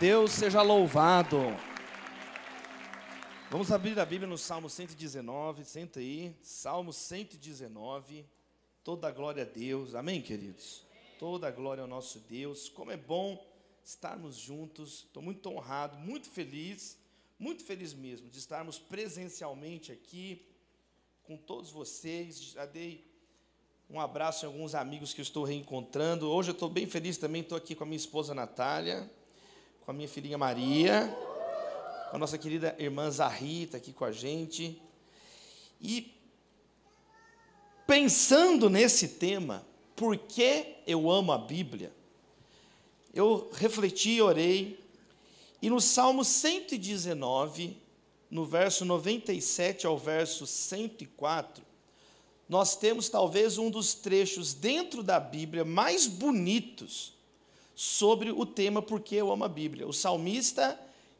Deus seja louvado. Vamos abrir a Bíblia no Salmo 119, senta aí, Salmo 119, toda a glória a Deus, amém, queridos? Toda a glória ao nosso Deus. Como é bom estarmos juntos, estou muito honrado, muito feliz mesmo, de estarmos presencialmente aqui com todos vocês. Já dei um abraço em alguns amigos que eu estou reencontrando. Hoje eu estou bem feliz também, estou aqui com a minha esposa Natália, com a minha filhinha Maria, com a nossa querida irmã Zahri, aqui com a gente. E pensando nesse tema, por que eu amo a Bíblia, eu refleti e orei, e no Salmo 119, no verso 97 ao verso 104, nós temos talvez um dos trechos dentro da Bíblia mais bonitos sobre o tema por que eu amo a Bíblia. O salmista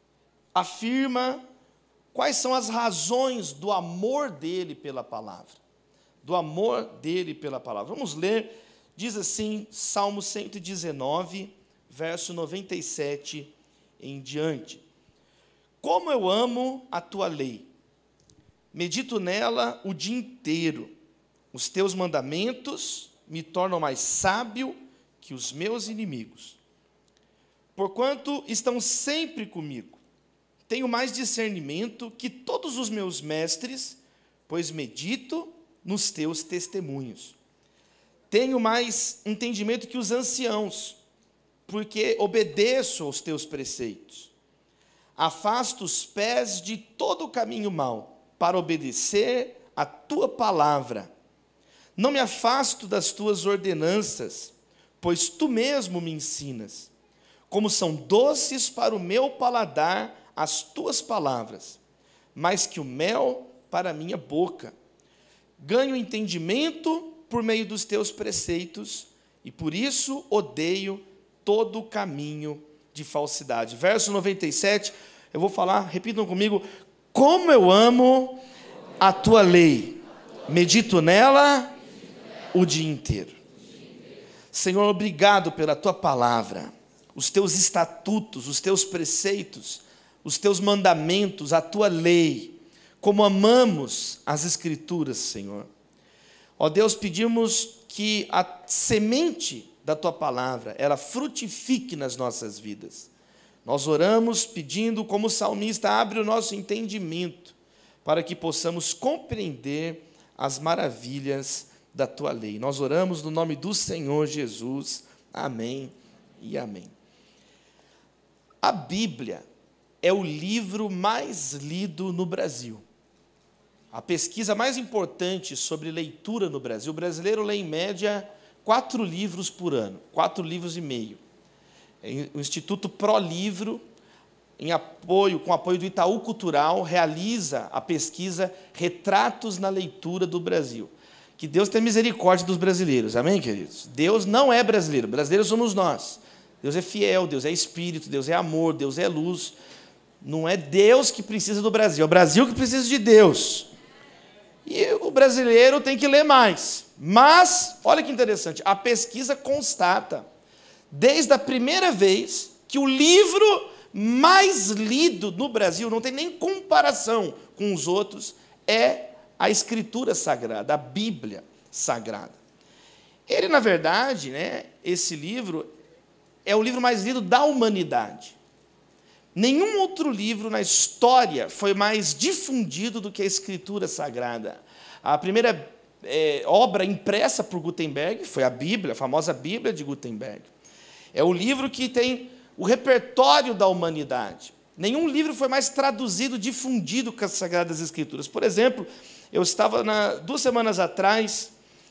afirma quais são as razões do amor dele pela palavra. Do amor dele pela palavra. Vamos ler, diz assim, Salmo 119, verso 97 em diante. Como eu amo a tua lei, medito nela o dia inteiro. Os teus mandamentos me tornam mais sábio que os meus inimigos. Porquanto estão sempre comigo, tenho mais discernimento que todos os meus mestres, pois medito nos teus testemunhos. Tenho mais entendimento que os anciãos, porque obedeço aos teus preceitos. Afasto os pés de todo o caminho mau, para obedecer a tua palavra. Não me afasto das tuas ordenanças, pois tu mesmo me ensinas. Como são doces para o meu paladar as tuas palavras, mais que o mel para a minha boca. Ganho entendimento por meio dos teus preceitos, e por isso odeio todo o caminho de falsidade. Verso 97, eu vou falar, repitam comigo: como eu amo a tua lei, medito nela o dia inteiro. Senhor, obrigado pela tua palavra, os teus estatutos, os teus preceitos, os teus mandamentos, a tua lei. Como amamos as Escrituras, Senhor. Ó Deus, pedimos que a semente da tua palavra, ela frutifique nas nossas vidas. Nós oramos pedindo, como o salmista, abre o nosso entendimento, para que possamos compreender as maravilhas da tua lei. Nós oramos no nome do Senhor Jesus. Amém e amém. A Bíblia é o livro mais lido no Brasil. A pesquisa mais importante sobre leitura no Brasil, o brasileiro lê em média 4 livros por ano, 4 livros e meio. O Instituto ProLivro, com apoio do Itaú Cultural, realiza a pesquisa Retratos na Leitura do Brasil. Que Deus tenha misericórdia dos brasileiros, amém, queridos? Deus não é brasileiro, brasileiros somos nós. Deus é fiel, Deus é espírito, Deus é amor, Deus é luz. Não é Deus que precisa do Brasil, é o Brasil que precisa de Deus. E o brasileiro tem que ler mais. Mas, olha que interessante, a pesquisa constata, desde a primeira vez, que o livro mais lido no Brasil, não tem nem comparação com os outros, é a Escritura Sagrada, a Bíblia Sagrada. Ele, na verdade, esse livro é o livro mais lido da humanidade. Nenhum outro livro na história foi mais difundido do que a Escritura Sagrada. A primeira obra impressa por Gutenberg foi a Bíblia, a famosa Bíblia de Gutenberg. É o livro que tem o repertório da humanidade. Nenhum livro foi mais traduzido, difundido com as Sagradas Escrituras. Por exemplo, eu estava 2 semanas atrás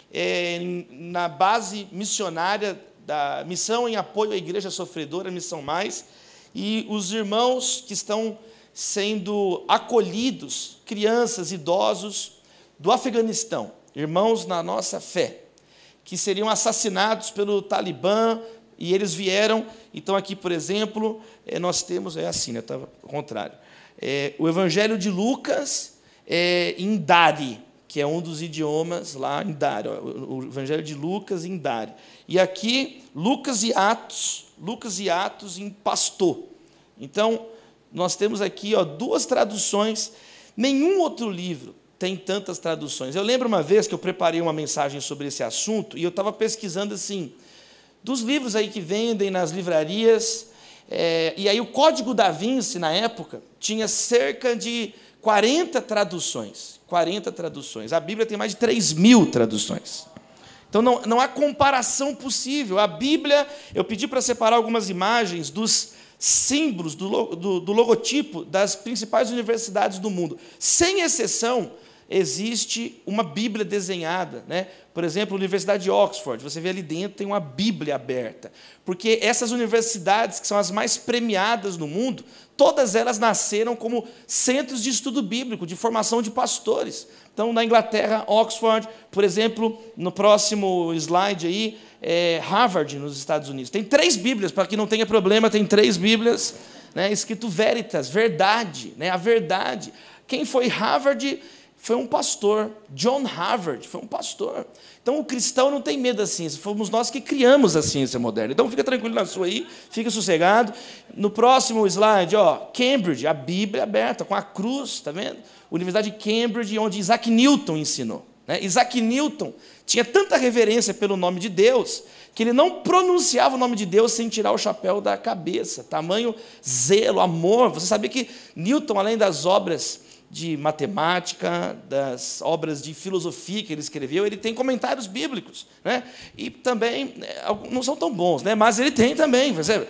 na base missionária da Missão em Apoio à Igreja Sofredora, Missão Mais, e os irmãos que estão sendo acolhidos, crianças, idosos, do Afeganistão, irmãos na nossa fé, que seriam assassinados pelo Talibã, e eles vieram. Então, aqui, por exemplo, nós temos, estava ao contrário, o Evangelho de Lucas, em Dari, que é um dos idiomas lá em Dari, o Evangelho de Lucas em Dari. E aqui, Lucas e Atos em Pastor. Então, nós temos aqui, ó, 2 traduções. Nenhum outro livro tem tantas traduções. Eu lembro uma vez que eu preparei uma mensagem sobre esse assunto e eu estava pesquisando assim, dos livros aí que vendem nas livrarias, e aí o Código da Vinci, na época, tinha cerca de 40 traduções. 40 traduções. A Bíblia tem mais de 3.000 traduções. Então, não há comparação possível. A Bíblia, eu pedi para separar algumas imagens dos símbolos, do logotipo das principais universidades do mundo. Sem exceção, existe uma Bíblia desenhada, né? Por exemplo, a Universidade de Oxford, você vê ali dentro, tem uma Bíblia aberta. Porque essas universidades, que são as mais premiadas no mundo, todas elas nasceram como centros de estudo bíblico, de formação de pastores. Então, na Inglaterra, Oxford, por exemplo, no próximo slide aí, Harvard, nos Estados Unidos. Tem 3 Bíblias, para que não tenha problema, tem 3 Bíblias, né, escrito Veritas, verdade, né, a verdade. Quem foi Harvard foi um pastor, John Harvard, foi um pastor. Então, o cristão não tem medo da ciência, fomos nós que criamos a ciência moderna. Então, fica tranquilo na sua aí, fica sossegado. No próximo slide, ó, Cambridge, a Bíblia aberta, com a cruz, está vendo? Universidade de Cambridge, onde Isaac Newton ensinou. Né? Isaac Newton tinha tanta reverência pelo nome de Deus, que ele não pronunciava o nome de Deus sem tirar o chapéu da cabeça. Tamanho zelo, amor. Você sabia que Newton, além das obras de matemática, das obras de filosofia que ele escreveu, ele tem comentários bíblicos, né? E também, não são tão bons, né? Mas ele tem também, percebe?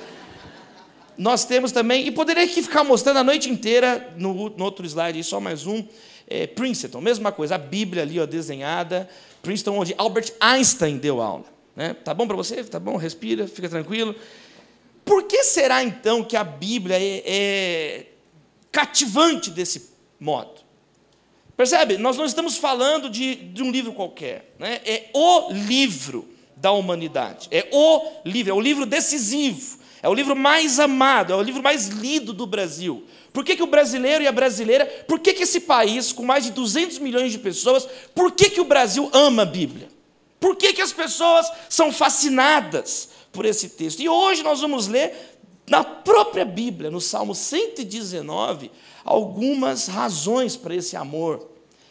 Nós temos também, e poderia aqui ficar mostrando a noite inteira, no outro slide, só mais um, Princeton, mesma coisa, a Bíblia ali, ó, desenhada, Princeton, onde Albert Einstein deu aula. Né? Tá bom para você? Tá bom? Respira, fica tranquilo. Por que será, então, que a Bíblia é cativante desse modo? Percebe? Nós não estamos falando de um livro qualquer, né? É o livro da humanidade, é o livro decisivo, é o livro mais amado, é o livro mais lido do Brasil. Por que o brasileiro e a brasileira, por que esse país, com mais de 200 milhões de pessoas, por que o Brasil ama a Bíblia? Por que as pessoas são fascinadas por esse texto? E hoje nós vamos ler, na própria Bíblia, no Salmo 119, algumas razões para esse amor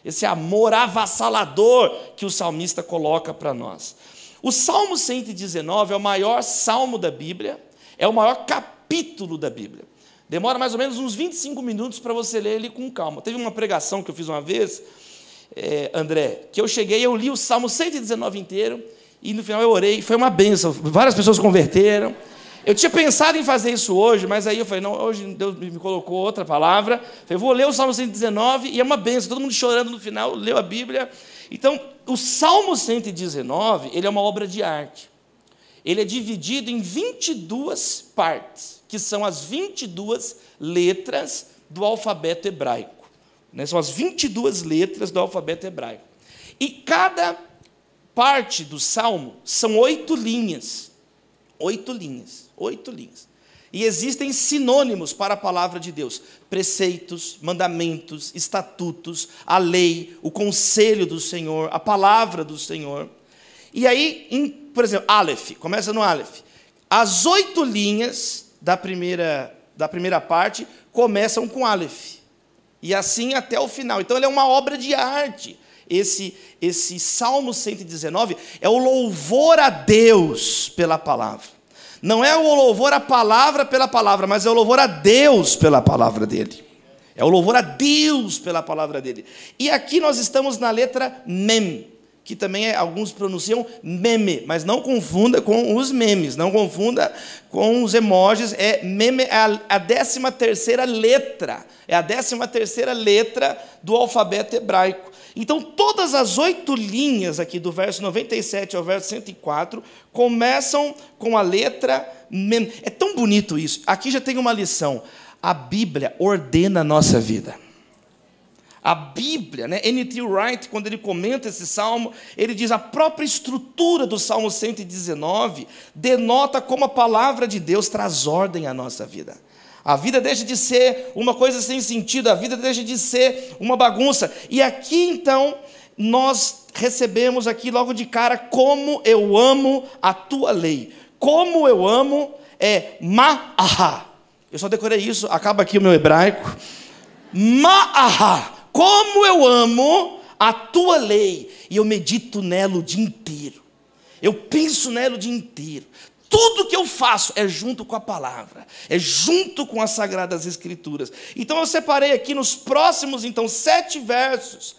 avassalador que o salmista coloca para nós. O Salmo 119 é o maior salmo da Bíblia, é o maior capítulo da Bíblia. Demora mais ou menos uns 25 minutos para você ler ele com calma. Teve uma pregação que eu fiz uma vez, André, que eu cheguei, eu li o Salmo 119 inteiro, e no final eu orei, foi uma bênção, várias pessoas converteram. Eu tinha pensado em fazer isso hoje, mas aí eu falei, não, hoje Deus me colocou outra palavra, eu falei, vou ler o Salmo 119, e é uma bênção, todo mundo chorando no final, leu a Bíblia. Então, o Salmo 119, ele é uma obra de arte. Ele é dividido em 22 partes, que são as 22 letras do alfabeto hebraico. Né? São as 22 letras do alfabeto hebraico. E cada parte do Salmo são 8 linhas. 8 linhas. 8 linhas. E existem sinônimos para a palavra de Deus: preceitos, mandamentos, estatutos, a lei, o conselho do Senhor, a palavra do Senhor. E aí, por exemplo, Aleph, começa no Aleph. As 8 linhas da primeira parte começam com Aleph. E assim até o final. Então, ele é uma obra de arte. Esse Salmo 119 é o louvor a Deus pela palavra. Não é o louvor à palavra pela palavra, mas é o louvor a Deus pela palavra dele. É o louvor a Deus pela palavra dele. E aqui nós estamos na letra Mem, que também alguns pronunciam meme, mas não confunda com os memes, não confunda com os emojis. Meme é a 13ª letra, é a 13ª letra do alfabeto hebraico. Então, todas as 8 linhas aqui, do verso 97 ao verso 104, começam com a letra Mem. É tão bonito isso. Aqui já tem uma lição. A Bíblia ordena a nossa vida. A Bíblia, né? N.T. Wright, quando ele comenta esse salmo, ele diz: a própria estrutura do Salmo 119 denota como a palavra de Deus traz ordem à nossa vida. A vida deixa de ser uma coisa sem sentido, a vida deixa de ser uma bagunça. E aqui, então, nós recebemos aqui logo de cara: como eu amo a tua lei. Como eu amo ma'ahá. Eu só decorei isso, acaba aqui o meu hebraico. Ma'ahá, como eu amo a tua lei, e eu medito nela o dia inteiro. Eu penso nela o dia inteiro. Tudo que eu faço é junto com a palavra, é junto com as Sagradas Escrituras. Então eu separei aqui nos próximos, 7 versos,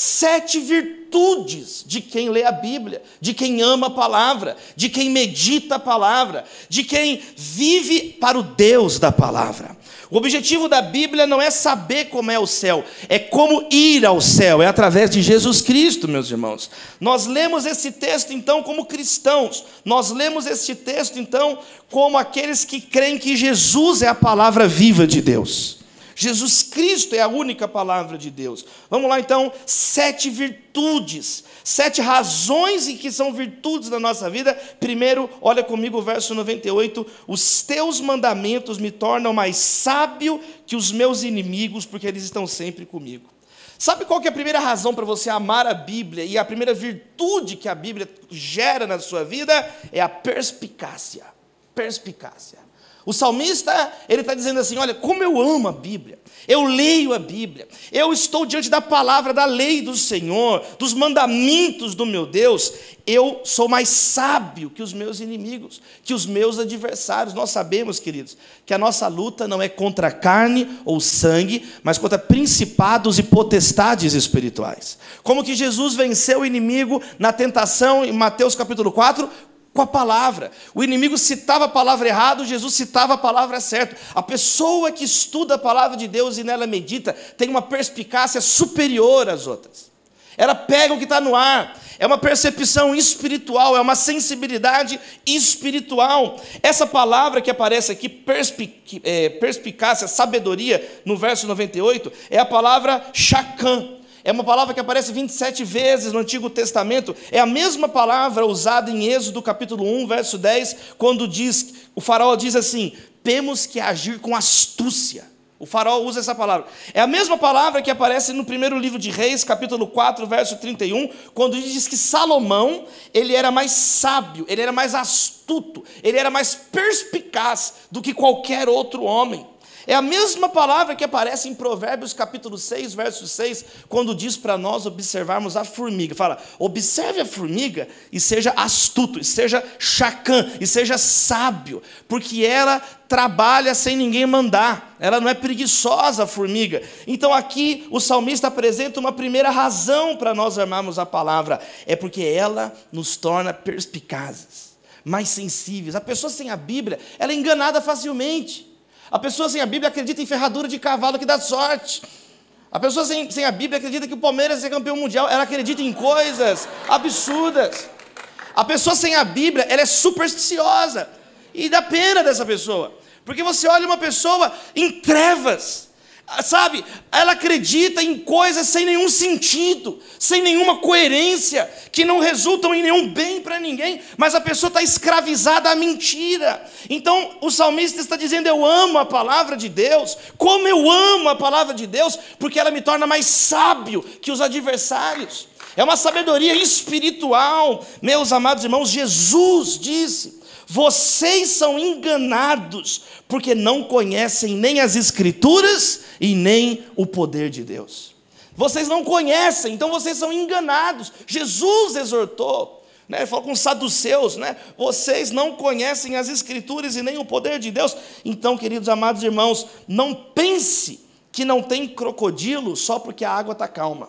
7 virtudes de quem lê a Bíblia, de quem ama a palavra, de quem medita a palavra, de quem vive para o Deus da palavra. O objetivo da Bíblia não é saber como é o céu, é como ir ao céu, é através de Jesus Cristo, meus irmãos. Nós lemos esse texto, então, como cristãos, nós lemos esse texto, então, como aqueles que creem que Jesus é a palavra viva de Deus. Jesus Cristo é a única palavra de Deus. Vamos lá, então, 7 virtudes, 7 razões em que são virtudes na nossa vida. Primeiro, olha comigo o verso 98, os teus mandamentos me tornam mais sábio que os meus inimigos, porque eles estão sempre comigo. Sabe qual que é a primeira razão para você amar a Bíblia, e a primeira virtude que a Bíblia gera na sua vida? É a perspicácia. Perspicácia. O salmista, ele está dizendo assim, olha, como eu amo a Bíblia, eu leio a Bíblia, eu estou diante da palavra, da lei do Senhor, dos mandamentos do meu Deus, eu sou mais sábio que os meus inimigos, que os meus adversários. Nós sabemos, queridos, que a nossa luta não é contra carne ou sangue, mas contra principados e potestades espirituais. Como que Jesus venceu o inimigo na tentação, em Mateus capítulo 4, com a palavra. O inimigo citava a palavra errada, Jesus citava a palavra certa. A pessoa que estuda a palavra de Deus e nela medita, tem uma perspicácia superior às outras. Ela pega o que está no ar, é uma percepção espiritual, é uma sensibilidade espiritual. Essa palavra que aparece aqui, perspicácia, sabedoria, no verso 98, é a palavra shakam. É uma palavra que aparece 27 vezes no Antigo Testamento. É a mesma palavra usada em Êxodo capítulo 1, verso 10, quando o faraó diz assim, temos que agir com astúcia. O faraó usa essa palavra. É a mesma palavra que aparece no primeiro livro de Reis, capítulo 4, verso 31, quando diz que Salomão, ele era mais sábio, ele era mais astuto, ele era mais perspicaz do que qualquer outro homem. É a mesma palavra que aparece em Provérbios capítulo 6, verso 6, quando diz para nós observarmos a formiga. Fala, observe a formiga e seja astuto, e seja chacã, e seja sábio, porque ela trabalha sem ninguém mandar, ela não é preguiçosa, a formiga. Então aqui o salmista apresenta uma primeira razão para nós amarmos a palavra, é porque ela nos torna perspicazes, mais sensíveis. A pessoa sem a Bíblia, ela é enganada facilmente. A pessoa sem a Bíblia acredita em ferradura de cavalo que dá sorte. A pessoa sem a Bíblia acredita que o Palmeiras vai ser campeão mundial. Ela acredita em coisas absurdas. A pessoa sem a Bíblia, ela é supersticiosa. E dá pena dessa pessoa. Porque você olha uma pessoa em trevas, sabe? Ela acredita em coisas sem nenhum sentido, sem nenhuma coerência, que não resultam em nenhum bem para ninguém, mas a pessoa está escravizada à mentira. Então o salmista está dizendo, eu amo a palavra de Deus. Como eu amo a palavra de Deus? Porque ela me torna mais sábio que os adversários. É uma sabedoria espiritual. Meus amados irmãos, Jesus disse, vocês são enganados, porque não conhecem nem as Escrituras e nem o poder de Deus. Vocês não conhecem, então vocês são enganados. Jesus exortou, né? Falou com os saduceus, né? Vocês não conhecem as Escrituras e nem o poder de Deus. Então, queridos amados irmãos, não pense que não tem crocodilo só porque a água está calma.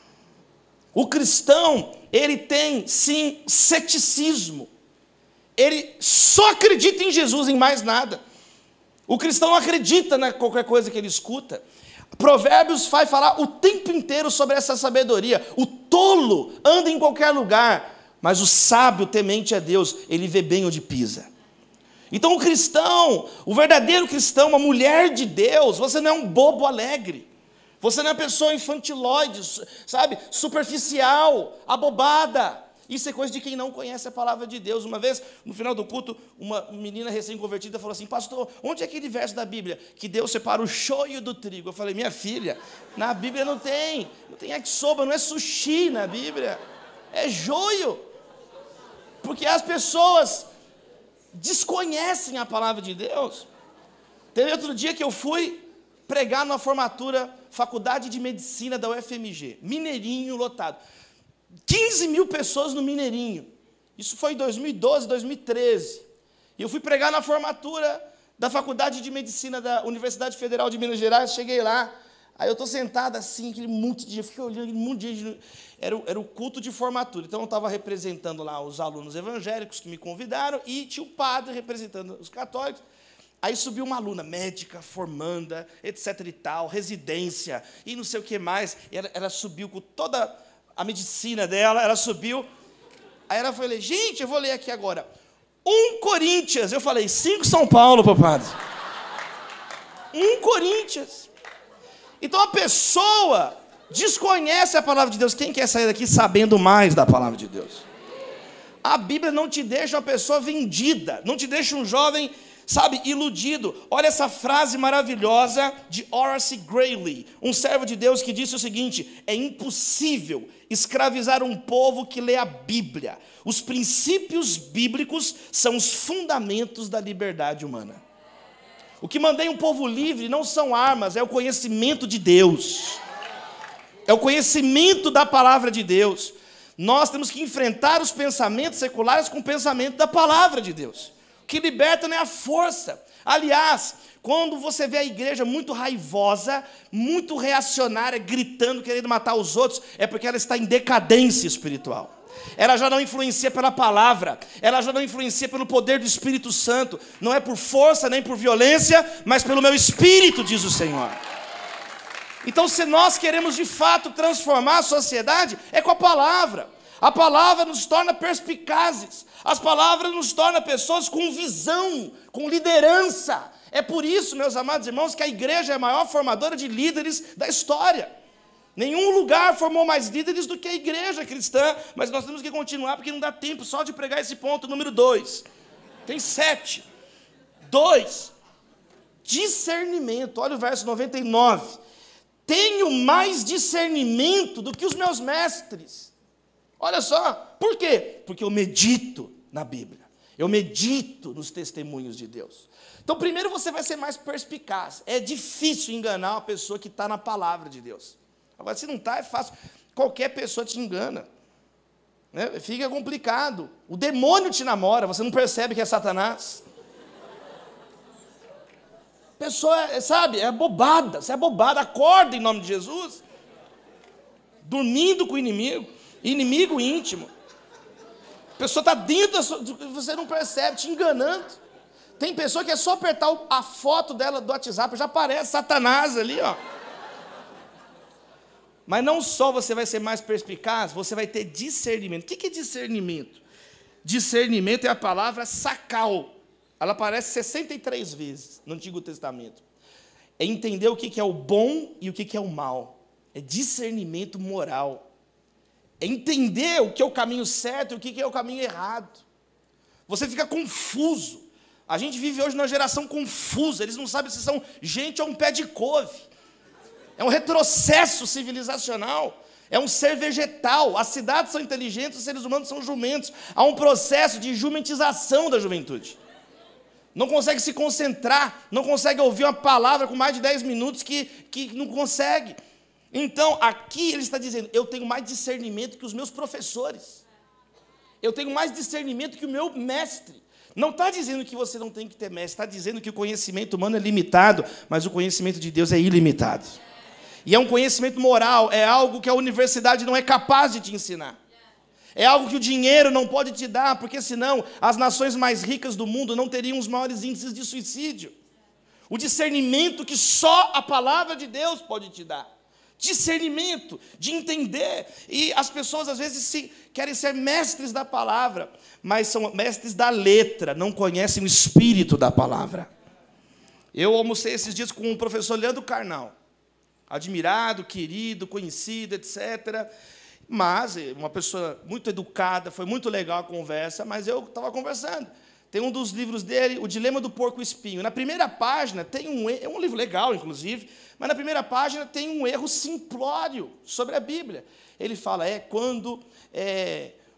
O cristão, ele tem sim ceticismo. Ele só acredita em Jesus, em mais nada. O cristão não acredita em qualquer coisa que ele escuta. Provérbios vai falar o tempo inteiro sobre essa sabedoria. O tolo anda em qualquer lugar, mas o sábio, temente a Deus, ele vê bem onde pisa. Então o cristão, o verdadeiro cristão, uma mulher de Deus, você não é um bobo alegre. Você não é uma pessoa infantilóide, sabe, superficial, abobada. Isso é coisa de quem não conhece a palavra de Deus. Uma vez, no final do culto, uma menina recém-convertida falou assim, pastor, onde é aquele verso da Bíblia que Deus separa o joio do trigo? Eu falei, minha filha, na Bíblia não tem yakisoba, não é sushi na Bíblia, é joio. Porque as pessoas desconhecem a palavra de Deus. Teve outro dia que eu fui pregar numa formatura, Faculdade de Medicina da UFMG, Mineirinho lotado. 15 mil pessoas no Mineirinho. Isso foi em 2012, 2013. E eu fui pregar na formatura da Faculdade de Medicina da Universidade Federal de Minas Gerais. Cheguei lá, aí eu estou sentado assim, aquele monte de gente, fiquei olhando, aquele monte de gente. Era o culto de formatura. Então eu estava representando lá os alunos evangélicos que me convidaram e tinha o padre representando os católicos. Aí subiu uma aluna, médica, formanda, etc e tal, residência, e não sei o que mais. E ela subiu com toda a medicina dela, ela subiu. Aí ela falou, gente, eu vou ler aqui agora. 1 Coríntians. Eu falei, 5 São Paulo, papai. 1 Coríntians. Então a pessoa desconhece a palavra de Deus. Quem quer sair daqui sabendo mais da palavra de Deus? A Bíblia não te deixa uma pessoa vendida, não te deixa um jovem, sabe, iludido. Olha essa frase maravilhosa de Horace Greeley, um servo de Deus que disse o seguinte: é impossível escravizar um povo que lê a Bíblia. Os princípios bíblicos são os fundamentos da liberdade humana. O que mantém um povo livre não são armas, é o conhecimento de Deus. É o conhecimento da palavra de Deus. Nós temos que enfrentar os pensamentos seculares com o pensamento da palavra de Deus. O que liberta não é a força. Aliás, quando você vê a igreja muito raivosa, muito reacionária, gritando, querendo matar os outros, é porque ela está em decadência espiritual. Ela já não influencia pela palavra, ela já não influencia pelo poder do Espírito Santo. Não é por força nem por violência, mas pelo meu Espírito, diz o Senhor. Então, se nós queremos de fato transformar a sociedade, é com a palavra. A palavra nos torna perspicazes. As palavras nos tornam pessoas com visão, com liderança. É por isso, meus amados irmãos, que a igreja é a maior formadora de líderes da história. Nenhum lugar formou mais líderes do que a igreja cristã, mas nós temos que continuar, porque não dá tempo só de pregar esse ponto número 2. Tem 7. 2. Discernimento. Olha o verso 99. Tenho mais discernimento do que os meus mestres. Olha só, por quê? Porque eu medito na Bíblia. Eu medito nos testemunhos de Deus. Então, primeiro você vai ser mais perspicaz. É difícil enganar uma pessoa que está na palavra de Deus. Agora, se não está, é fácil. Qualquer pessoa te engana. Né? Fica complicado. O demônio te namora, você não percebe que é Satanás. Pessoa, sabe, é bobada. Você é bobada. Acorda em nome de Jesus. Dormindo com o inimigo. Inimigo íntimo. A pessoa está dentro da sua, você não percebe, te enganando. Tem pessoa que é só apertar a foto dela do WhatsApp, já aparece Satanás ali, ó. Mas não só você vai ser mais perspicaz, você vai ter discernimento. O que é discernimento? Discernimento é a palavra sakal. Ela aparece 63 vezes no Antigo Testamento. É entender o que é o bom e o que é o mal. É discernimento moral. É entender o que é o caminho certo e o que é o caminho errado. Você fica confuso. A gente vive hoje numa geração confusa. Eles não sabem se são gente ou um pé de couve. É um retrocesso civilizacional. É um ser vegetal. As cidades são inteligentes, os seres humanos são jumentos. Há um processo de jumentização da juventude. Não consegue se concentrar, não consegue ouvir uma palavra com mais de 10 minutos que não consegue. Então, aqui ele está dizendo, eu tenho mais discernimento que os meus professores. Eu tenho mais discernimento que o meu mestre. Não está dizendo que você não tem que ter mestre, está dizendo que o conhecimento humano é limitado, mas o conhecimento de Deus é ilimitado. E é um conhecimento moral, é algo que a universidade não é capaz de te ensinar. É algo que o dinheiro não pode te dar, porque senão as nações mais ricas do mundo não teriam os maiores índices de suicídio. O discernimento que só a palavra de Deus pode te dar. Discernimento, de entender. E as pessoas às vezes querem ser mestres da palavra, mas são mestres da letra, não conhecem o espírito da palavra. Eu almocei esses dias com o professor Leandro Carnal, admirado, querido, conhecido, etc., mas uma pessoa muito educada, foi muito legal a conversa, mas eu estava conversando. Tem um dos livros dele, O Dilema do Porco Espinho. Na primeira página tem é um livro legal, inclusive, mas na primeira página tem um erro simplório sobre a Bíblia. Ele fala, quando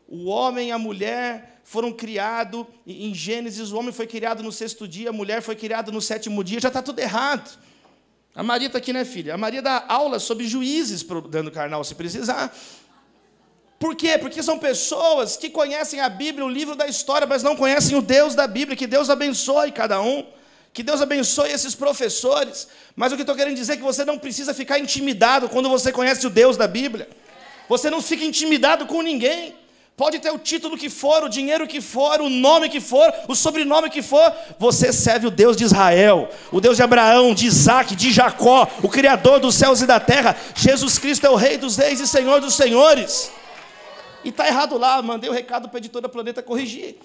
o homem e a mulher foram criados, em Gênesis, o homem foi criado no 6º dia, a mulher foi criada no 7º dia, já está tudo errado. A Maria está aqui, né, filha? A Maria dá aula sobre juízes para o dano carnal, se precisar. Por quê? Porque são pessoas que conhecem a Bíblia, o livro da história, mas não conhecem o Deus da Bíblia. Que Deus abençoe cada um. Que Deus abençoe esses professores. Mas o que estou querendo dizer é que você não precisa ficar intimidado quando você conhece o Deus da Bíblia. Você não fica intimidado com ninguém. Pode ter o título que for, o dinheiro que for, o nome que for, o sobrenome que for. Você serve o Deus de Israel, o Deus de Abraão, de Isaac, de Jacó, o Criador dos céus e da terra. Jesus Cristo é o Rei dos reis e Senhor dos senhores. E está errado lá, mandei o recado para a editora Planeta corrigir.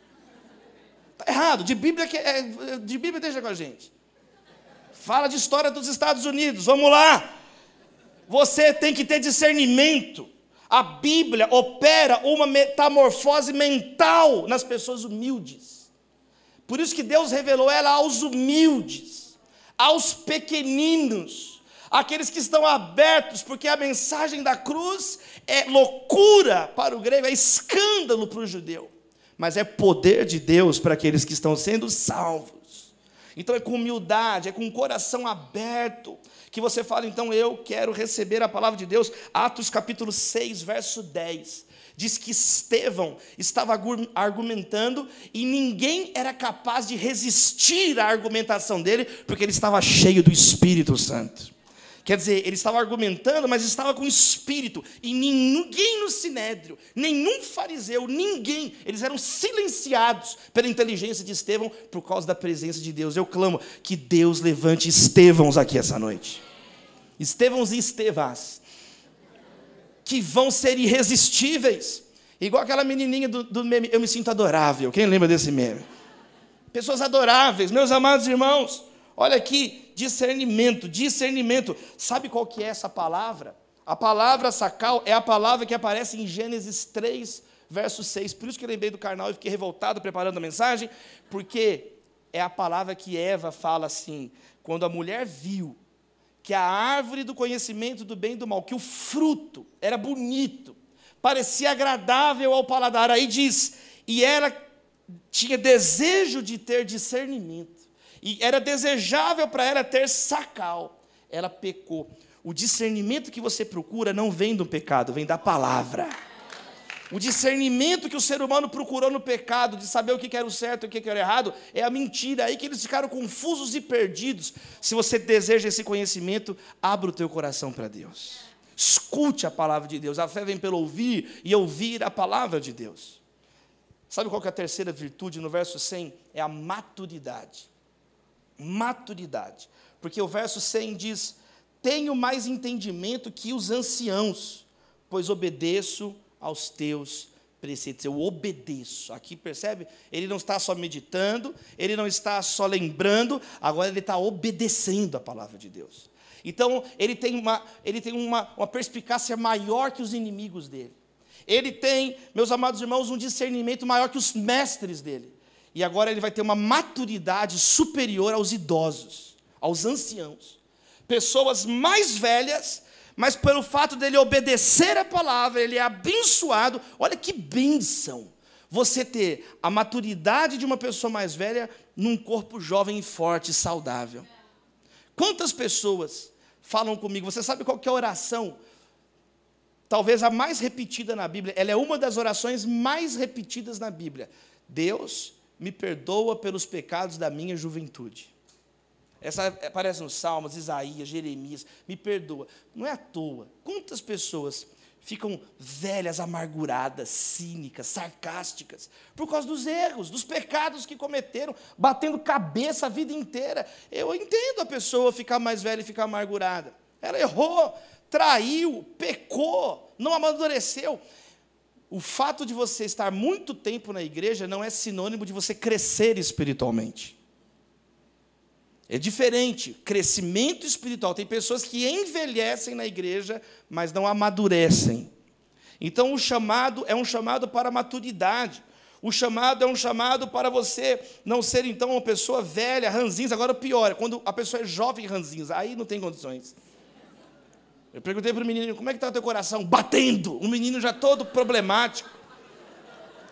Está errado, de Bíblia deixa com a gente. Fala de história dos Estados Unidos, vamos lá. Você tem que ter discernimento. A Bíblia opera uma metamorfose mental nas pessoas humildes. Por isso que Deus revelou ela aos humildes, aos pequeninos, aqueles que estão abertos, porque a mensagem da cruz é loucura para o grego, é escândalo para o judeu, mas é poder de Deus para aqueles que estão sendo salvos. Então é com humildade, é com o coração aberto, que você fala, então eu quero receber a palavra de Deus. Atos capítulo 6, verso 10, diz que Estevão estava argumentando e ninguém era capaz de resistir à argumentação dele, porque ele estava cheio do Espírito Santo. Quer dizer, ele estava argumentando, mas estava com espírito. E ninguém no sinédrio, nenhum fariseu, ninguém, eles eram silenciados pela inteligência de Estevão por causa da presença de Deus. Eu clamo que Deus levante Estevãos aqui essa noite. Estevãos e Estevas, que vão ser irresistíveis. Igual aquela menininha do meme, eu me sinto adorável. Quem lembra desse meme? Pessoas adoráveis, meus amados irmãos. Olha aqui, discernimento. Sabe qual que é essa palavra? A palavra sacal é a palavra que aparece em Gênesis 3, verso 6. Por isso que eu lembrei do carnal e fiquei revoltado preparando a mensagem, porque é a palavra que Eva fala assim, quando a mulher viu que a árvore do conhecimento do bem e do mal, que o fruto era bonito, parecia agradável ao paladar, aí diz, e ela tinha desejo de ter discernimento, e era desejável para ela ter sacal, ela pecou. O discernimento que você procura não vem do pecado, vem da palavra. O discernimento que o ser humano procurou no pecado, de saber o que era o certo e o que era o errado, é a mentira, é aí que eles ficaram confusos e perdidos. Se você deseja esse conhecimento, abra o teu coração para Deus. Escute a palavra de Deus. A fé vem pelo ouvir, e ouvir a palavra de Deus. Sabe qual que é a terceira virtude? No verso 100, é a maturidade. Maturidade. Porque o verso 100 diz, tenho mais entendimento que os anciãos, pois obedeço aos teus preceitos. Eu obedeço. Aqui, percebe? Ele não está só meditando, ele não está só lembrando, agora ele está obedecendo a palavra de Deus. Então, ele tem uma perspicácia maior que os inimigos dele. Ele tem, meus amados irmãos, um discernimento maior que os mestres dele. E agora ele vai ter uma maturidade superior aos idosos, aos anciãos. Pessoas mais velhas, mas pelo fato dele obedecer a palavra, ele é abençoado. Olha que bênção você ter a maturidade de uma pessoa mais velha num corpo jovem, forte e saudável. Quantas pessoas falam comigo, você sabe qual que é a oração? Talvez a mais repetida na Bíblia, ela é uma das orações mais repetidas na Bíblia. Deus, me perdoa pelos pecados da minha juventude. Essa aparece nos Salmos, Isaías, Jeremias, me perdoa. Não é à toa. Quantas pessoas ficam velhas, amarguradas, cínicas, sarcásticas, por causa dos erros, dos pecados que cometeram, batendo cabeça a vida inteira. Eu entendo a pessoa ficar mais velha e ficar amargurada. Ela errou, traiu, pecou, não amadureceu. O fato de você estar muito tempo na igreja não é sinônimo de você crescer espiritualmente. É diferente, crescimento espiritual. Tem pessoas que envelhecem na igreja, mas não amadurecem. Então, o chamado é um chamado para a maturidade. O chamado é um chamado para você não ser, então, uma pessoa velha, ranzinza. Agora, o pior, quando a pessoa é jovem e ranzinza, aí não tem condições. Eu perguntei para o menino, como é que está o teu coração? Batendo! O menino já todo problemático.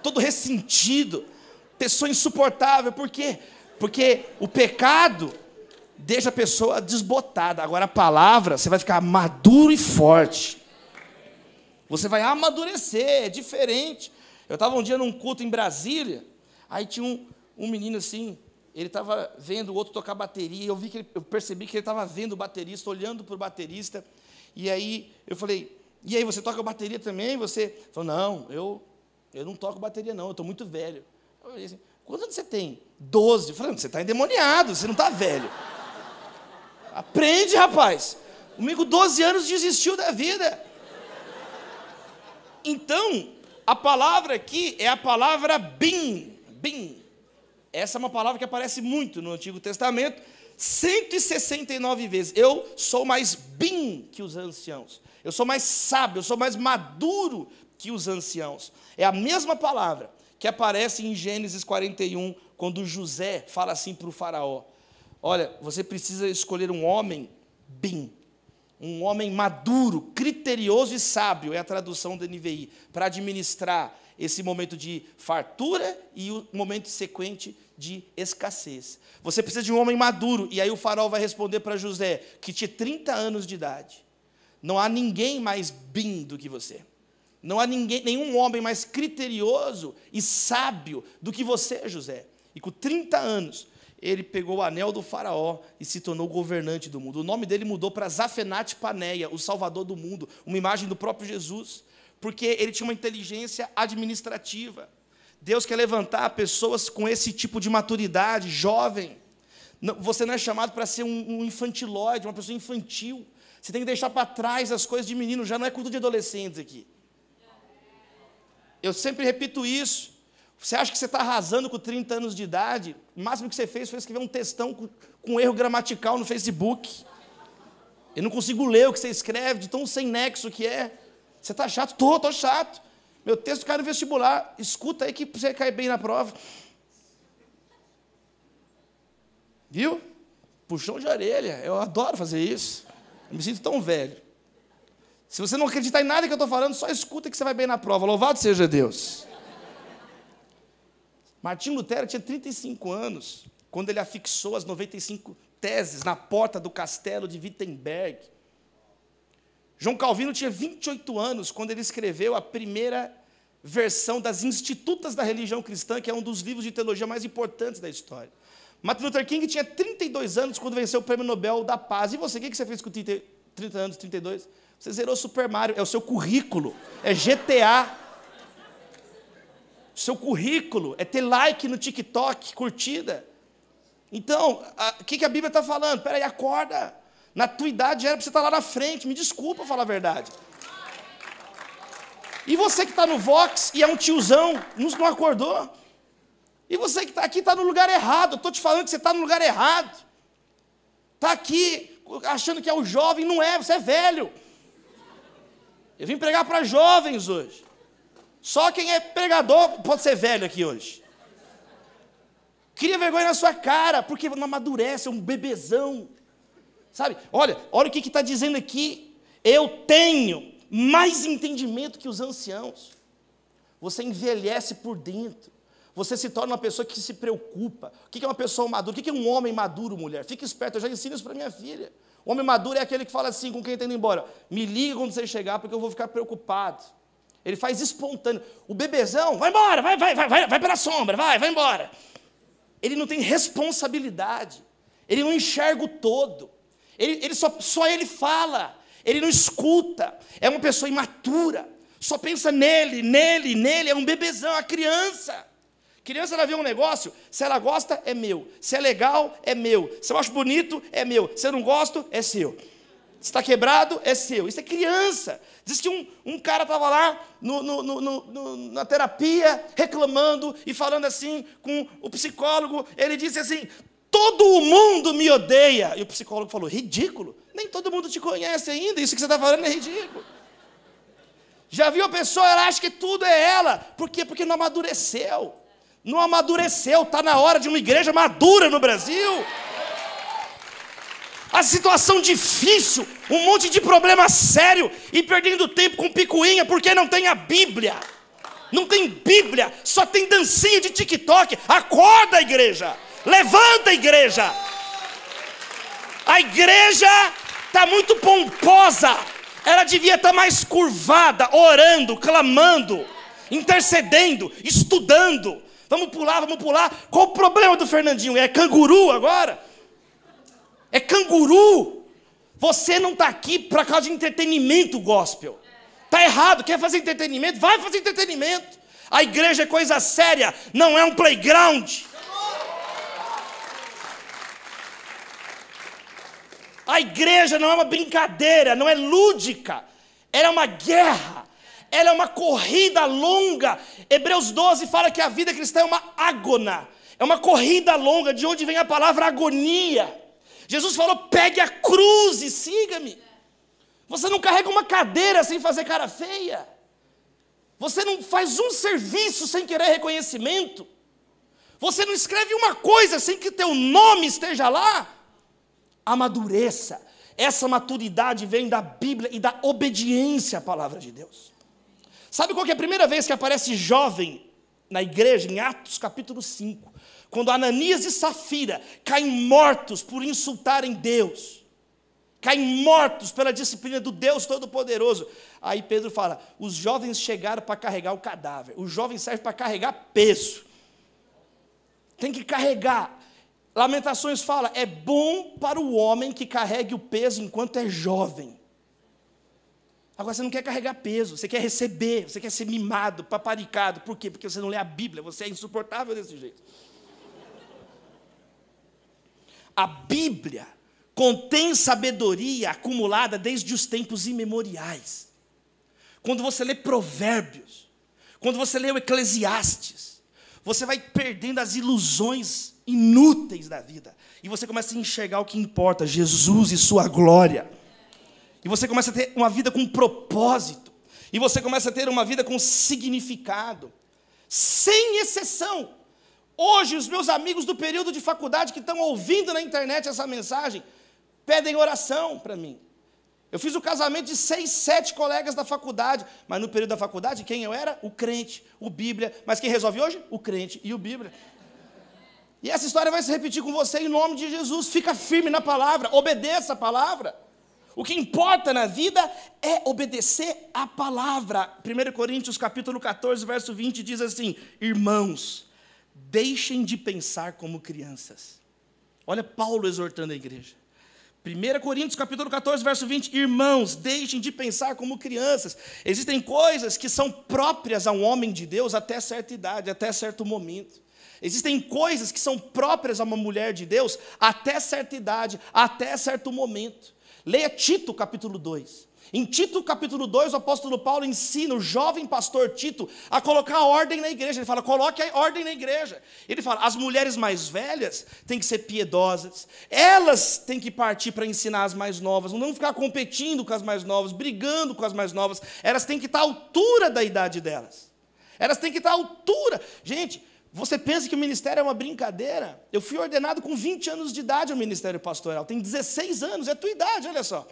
todo ressentido, pessoa insuportável. Por quê? Porque o pecado deixa a pessoa desbotada. Agora a palavra, você vai ficar maduro e forte. Você vai amadurecer, é diferente. Eu estava um dia num culto em Brasília, aí tinha um menino assim, ele estava vendo o outro tocar bateria, eu percebi que ele estava vendo o baterista, olhando para o baterista, e aí eu falei, e aí, você toca bateria também? Você falou, não, eu não toco bateria não, eu estou muito velho. Eu falei assim, quantos anos você tem? 12. Eu falei, você está endemoniado, você não está velho. Aprende, rapaz. Comigo, 12 anos, desistiu da vida. Então, a palavra aqui é a palavra bim. Essa é uma palavra que aparece muito no Antigo Testamento, 169 vezes. Eu sou mais bim que os anciãos. Eu sou mais sábio, eu sou mais maduro que os anciãos. É a mesma palavra que aparece em Gênesis 41, quando José fala assim para o faraó, olha, você precisa escolher um homem bim, um homem maduro, criterioso e sábio, é a tradução da NVI, para administrar esse momento de fartura e o momento sequente de escassez. Você precisa de um homem maduro. E aí o faraó vai responder para José, que tinha 30 anos de idade. Não há ninguém mais bim do que você. Não há nenhum homem mais criterioso e sábio do que você, José. E com 30 anos, ele pegou o anel do faraó e se tornou governante do mundo. O nome dele mudou para Zafenat Paneia, o salvador do mundo, uma imagem do próprio Jesus, porque ele tinha uma inteligência administrativa. Deus quer levantar pessoas com esse tipo de maturidade, jovem. Você não é chamado para ser um infantilóide, uma pessoa infantil. Você tem que deixar para trás as coisas de menino, já não é culto de adolescentes aqui. Eu sempre repito isso. Você acha que você está arrasando com 30 anos de idade? O máximo que você fez foi escrever um textão com erro gramatical no Facebook. Eu não consigo ler o que você escreve, de tão sem nexo que é. Você está chato? Estou chato. Meu texto cai no vestibular. Escuta aí que você cai bem na prova. Viu? Puxão de orelha. Eu adoro fazer isso. Eu me sinto tão velho. Se você não acreditar em nada que eu estou falando, só escuta que você vai bem na prova. Louvado seja Deus. Martinho Lutero tinha 35 anos, quando ele afixou as 95 teses na porta do castelo de Wittenberg. João Calvino tinha 28 anos, quando ele escreveu a primeira versão das Institutas da Religião Cristã, que é um dos livros de teologia mais importantes da história. Martin Luther King tinha 32 anos, quando venceu o Prêmio Nobel da Paz. E você, o que você fez com 30 anos, 32? Você zerou Super Mario, é o seu currículo, é GTA. Seu currículo é ter like no TikTok, curtida. Então, o que a Bíblia está falando? Espera aí, acorda. Na tua idade era para você estar lá na frente. Me desculpa falar a verdade. E você que está no Vox e é um tiozão, não acordou? E você que está aqui está no lugar errado. Eu estou te falando que você está no lugar errado. Está aqui achando que é o jovem, não é, você é velho. Eu vim pregar para jovens hoje. Só quem é pregador pode ser velho aqui hoje. Cria vergonha na sua cara, porque não amadurece, é um bebezão. Sabe? Olha o que está dizendo aqui. Eu tenho mais entendimento que os anciãos. Você envelhece por dentro. Você se torna uma pessoa que se preocupa. O que é uma pessoa madura? O que é um homem maduro, mulher? Fique esperto, eu já ensino isso para minha filha. O homem maduro é aquele que fala assim com quem está indo embora. Me liga quando você chegar, porque eu vou ficar preocupado. Ele faz espontâneo. O bebezão, vai embora, vai pela sombra, vai embora. Ele não tem responsabilidade. Ele não enxerga o todo. Ele só ele fala. Ele não escuta. É uma pessoa imatura. Só pensa nele. É um bebezão, é uma criança. Criança, ela vê um negócio, se ela gosta, é meu. Se é legal, é meu. Se eu acho bonito, é meu. Se eu não gosto, é seu. Se está quebrado, é seu. Isso é criança. Diz que um cara estava lá na terapia, reclamando e falando assim com o psicólogo. Ele disse assim, todo mundo me odeia. E o psicólogo falou, ridículo. Nem todo mundo te conhece ainda. Isso que você está falando é ridículo. Já viu a pessoa, ela acha que tudo é ela. Por quê? Porque não amadureceu. Não amadureceu. Está na hora de uma igreja madura no Brasil. A situação difícil, um monte de problema sério e perdendo tempo com picuinha porque não tem a Bíblia. Não tem Bíblia, só tem dancinha de TikTok. Acorda, igreja. Levanta, igreja. A igreja está muito pomposa. Ela devia estar mais curvada, orando, clamando, intercedendo, estudando. Vamos pular, vamos pular. Qual o problema do Fernandinho? É canguru agora? É canguru. Você não está aqui por causa de entretenimento gospel. Está errado, quer fazer entretenimento? Vai fazer entretenimento. A igreja é coisa séria, não é um playground. A igreja não é uma brincadeira, não é lúdica. Ela é uma guerra, ela é uma corrida longa. Hebreus 12 fala que a vida cristã é uma ágona, é uma corrida longa, de onde vem a palavra agonia. Jesus falou, pegue a cruz e siga-me. Você não carrega uma cadeira sem fazer cara feia. Você não faz um serviço sem querer reconhecimento. Você não escreve uma coisa sem que teu nome esteja lá. Amadureça. Essa maturidade vem da Bíblia e da obediência à palavra de Deus. Sabe qual que é a primeira vez que aparece jovem na igreja? Em Atos capítulo 5. Quando Ananias e Safira caem mortos por insultarem Deus. Caem mortos pela disciplina do Deus Todo-Poderoso. Aí Pedro fala, os jovens chegaram para carregar o cadáver. O jovem serve para carregar peso. Tem que carregar. Lamentações fala, é bom para o homem que carregue o peso enquanto é jovem. Agora você não quer carregar peso, você quer receber, você quer ser mimado, paparicado. Por quê? Porque você não lê a Bíblia, você é insuportável desse jeito. A Bíblia contém sabedoria acumulada desde os tempos imemoriais. Quando você lê Provérbios, quando você lê o Eclesiastes, você vai perdendo as ilusões inúteis da vida. E você começa a enxergar o que importa, Jesus e sua glória. E você começa a ter uma vida com propósito. E você começa a ter uma vida com significado. Sem exceção. Hoje, os meus amigos do período de faculdade que estão ouvindo na internet essa mensagem, pedem oração para mim. Eu fiz o casamento de 6, 7 colegas da faculdade, mas no período da faculdade, quem eu era? O crente, o Bíblia. Mas quem resolve hoje? O crente e o Bíblia. E essa história vai se repetir com você em nome de Jesus. Fica firme na palavra, obedeça a palavra. O que importa na vida é obedecer a palavra. 1 Coríntios capítulo 14, verso 20 diz assim, irmãos, deixem de pensar como crianças. Olha Paulo exortando a igreja. 1 Coríntios capítulo 14, verso 20, irmãos, deixem de pensar como crianças. Existem coisas que são próprias a um homem de Deus até certa idade, até certo momento. Existem coisas que são próprias a uma mulher de Deus até certa idade, até certo momento. Leia Tito capítulo 2. Em Tito capítulo 2, o apóstolo Paulo ensina o jovem pastor Tito a colocar a ordem na igreja. Ele fala, coloque a ordem na igreja. Ele fala, as mulheres mais velhas têm que ser piedosas. Elas têm que partir para ensinar as mais novas. Não ficar competindo com as mais novas, brigando com as mais novas. Elas têm que estar à altura da idade delas. Elas têm que estar à altura. Gente, você pensa que o ministério é uma brincadeira? Eu fui ordenado com 20 anos de idade ao ministério pastoral. Tem 16 anos, é a tua idade, olha só.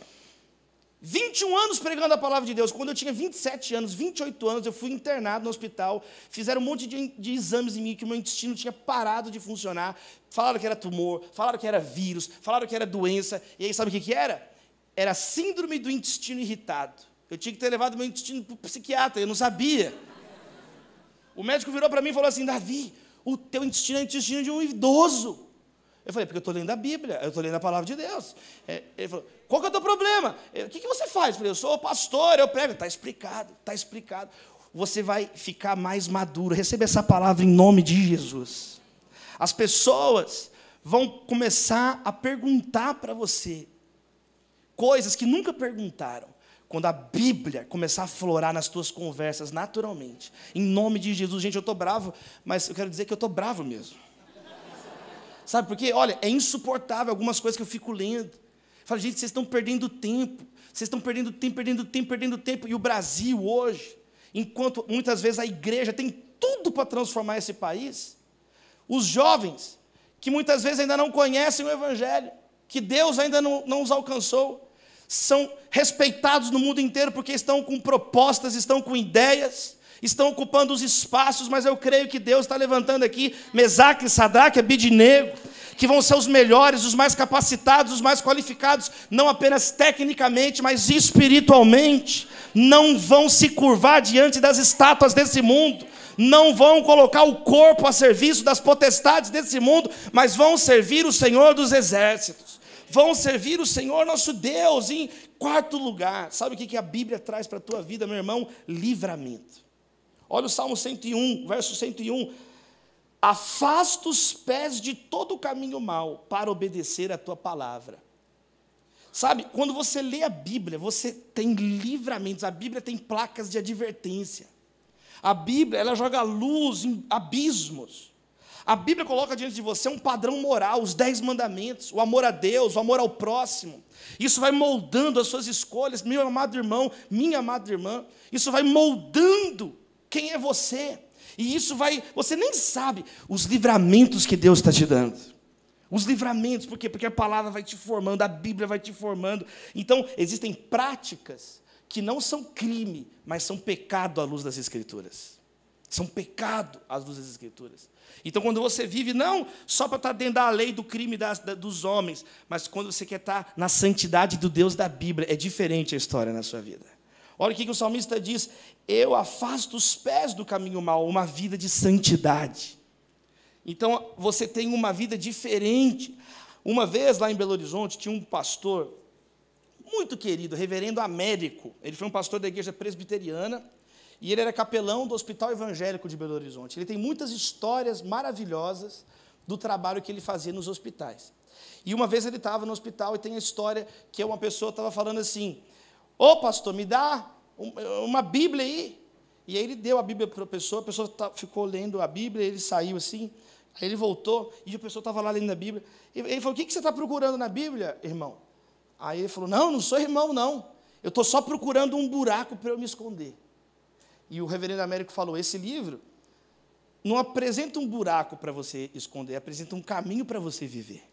21 anos pregando a palavra de Deus. Quando eu tinha 27 anos, 28 anos, eu fui internado no hospital. Fizeram um monte de exames em mim, que o meu intestino tinha parado de funcionar. Falaram que era tumor, falaram que era vírus, falaram que era doença. E aí sabe o que era? Era síndrome do intestino irritado. Eu tinha que ter levado meu intestino para o psiquiatra, eu não sabia. O médico virou para mim e falou assim, Davi, o teu intestino é o intestino de um idoso. Eu falei, porque eu estou lendo a Bíblia, eu estou lendo a palavra de Deus. Ele falou, qual que é o teu problema? O que você faz? Eu falei, eu sou pastor, eu prego. Está explicado, está explicado. Você vai ficar mais maduro. Receba essa palavra em nome de Jesus. As pessoas vão começar a perguntar para você coisas que nunca perguntaram. Quando a Bíblia começar a florar nas tuas conversas naturalmente. Em nome de Jesus. Gente, eu estou bravo, mas eu quero dizer que eu estou bravo mesmo. Sabe por quê? Olha, é insuportável algumas coisas que eu fico lendo. Eu falo, gente, vocês estão perdendo tempo. Vocês estão perdendo tempo. E o Brasil hoje, enquanto muitas vezes a igreja tem tudo para transformar esse país, os jovens, que muitas vezes ainda não conhecem o Evangelho, que Deus ainda não os alcançou, são respeitados no mundo inteiro porque estão com propostas, estão com ideias, estão ocupando os espaços, mas eu creio que Deus está levantando aqui Mesaque, Sadraque, Abidnego, que vão ser os melhores, os mais capacitados, os mais qualificados, não apenas tecnicamente, mas espiritualmente. Não vão se curvar diante das estátuas desse mundo, não vão colocar o corpo a serviço das potestades desse mundo, mas vão servir o Senhor dos exércitos, vão servir o Senhor nosso Deus. Em quarto lugar, sabe o que a Bíblia traz para a tua vida, meu irmão? Livramento. Olha o Salmo 101, verso 101. Afasta os pés de todo o caminho mau para obedecer a tua palavra. Sabe, quando você lê a Bíblia, você tem livramentos. A Bíblia tem placas de advertência. A Bíblia, ela joga luz em abismos. A Bíblia coloca diante de você um padrão moral, os 10 mandamentos, o amor a Deus, o amor ao próximo. Isso vai moldando as suas escolhas, meu amado irmão, minha amada irmã. Isso vai moldando quem é você. E isso vai, você nem sabe os livramentos que Deus está te dando. Os livramentos, por quê? Porque a palavra vai te formando, a Bíblia vai te formando. Então, existem práticas que não são crime, mas são pecado à luz das Escrituras. São pecado à luz das Escrituras. Então, quando você vive, não só para estar dentro da lei do crime dos homens, mas quando você quer estar na santidade do Deus da Bíblia, é diferente a história na sua vida. Olha o que o salmista diz: eu afasto os pés do caminho mau, uma vida de santidade. Então, você tem uma vida diferente. Uma vez, lá em Belo Horizonte, tinha um pastor muito querido, reverendo Américo. Ele foi um pastor da igreja presbiteriana, e ele era capelão do Hospital Evangélico de Belo Horizonte. Ele tem muitas histórias maravilhosas do trabalho que ele fazia nos hospitais. E uma vez ele estava no hospital, e tem a história que uma pessoa estava falando assim: ô pastor, me dá uma Bíblia aí. E aí ele deu a Bíblia para a pessoa ficou lendo a Bíblia, ele saiu assim, aí ele voltou, e a pessoa estava lá lendo a Bíblia. E ele falou: o que você está procurando na Bíblia, irmão? Aí ele falou: não sou irmão, não. Eu estou só procurando um buraco para eu me esconder. E o reverendo Américo falou: esse livro não apresenta um buraco para você esconder, apresenta um caminho para você viver.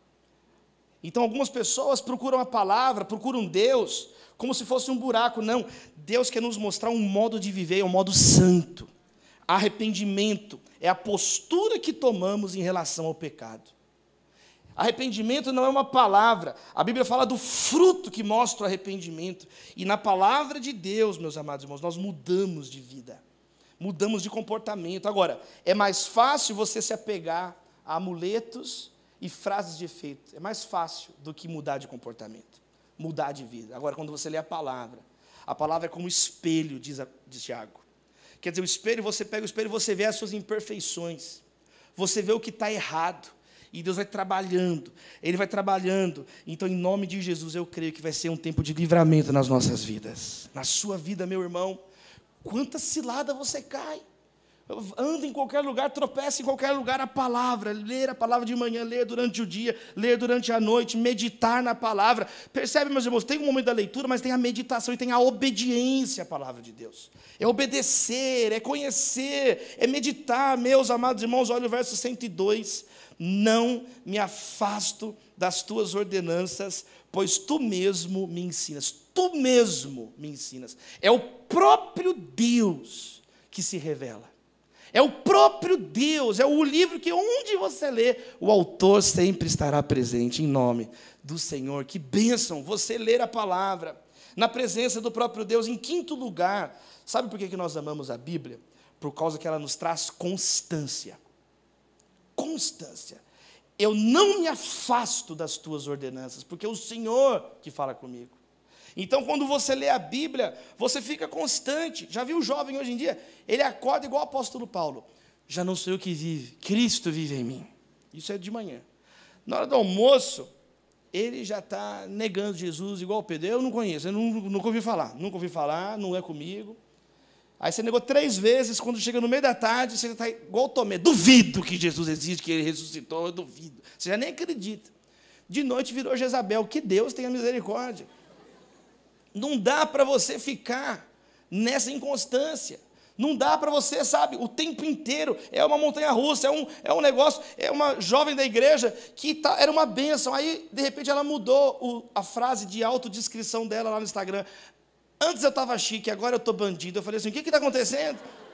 Então, algumas pessoas procuram a palavra, procuram Deus, como se fosse um buraco. Não, Deus quer nos mostrar um modo de viver, é um modo santo. Arrependimento é a postura que tomamos em relação ao pecado. Arrependimento não é uma palavra. A Bíblia fala do fruto que mostra o arrependimento. E na palavra de Deus, meus amados irmãos, nós mudamos de vida, mudamos de comportamento. Agora, é mais fácil você se apegar a amuletos e frases de efeito. É mais fácil do que mudar de comportamento, mudar de vida. Agora, quando você lê a palavra é como espelho, diz Tiago. Quer dizer, o espelho, você pega o espelho e você vê as suas imperfeições. Você vê o que está errado. E Deus vai trabalhando, Ele vai trabalhando. Então, em nome de Jesus, eu creio que vai ser um tempo de livramento nas nossas vidas. Na sua vida, meu irmão, quanta cilada você cai. Anda em qualquer lugar, tropeça em qualquer lugar. A palavra, ler a palavra de manhã, ler durante o dia, ler durante a noite, meditar na palavra. Percebe, meus irmãos, tem um momento da leitura, mas tem a meditação e tem a obediência à palavra de Deus. É obedecer, é conhecer, é meditar. Meus amados irmãos, olha o verso 102. Não me afasto das tuas ordenanças, pois tu mesmo me ensinas. Tu mesmo me ensinas. É o próprio Deus que se revela. É o próprio Deus, é o livro que onde você lê, o autor sempre estará presente, em nome do Senhor. Que bênção você ler a palavra, na presença do próprio Deus. Em quinto lugar, sabe por que nós amamos a Bíblia? Por causa que ela nos traz constância. Constância. Eu não me afasto das tuas ordenanças, porque é o Senhor que fala comigo. Então, quando você lê a Bíblia, você fica constante. Já viu o jovem hoje em dia? Ele acorda igual o apóstolo Paulo. Já não sou eu que vive, Cristo vive em mim. Isso é de manhã. Na hora do almoço, ele já está negando Jesus igual o Pedro. Eu não conheço, eu nunca ouvi falar, não é comigo. Aí você negou 3 vezes, quando chega no meio da tarde, você está igual o Tomé. Duvido que Jesus existe, que ele ressuscitou, eu duvido. Você já nem acredita. De noite virou Jezabel, que Deus tenha misericórdia. Não dá para você ficar nessa inconstância. Não dá para você, sabe, o tempo inteiro. É uma montanha-russa, é um negócio. É uma jovem da igreja que era uma bênção. Aí, de repente, ela mudou a frase de autodescrição dela lá no Instagram. Antes eu estava chique, agora eu estou bandido. Eu falei assim: o que está acontecendo?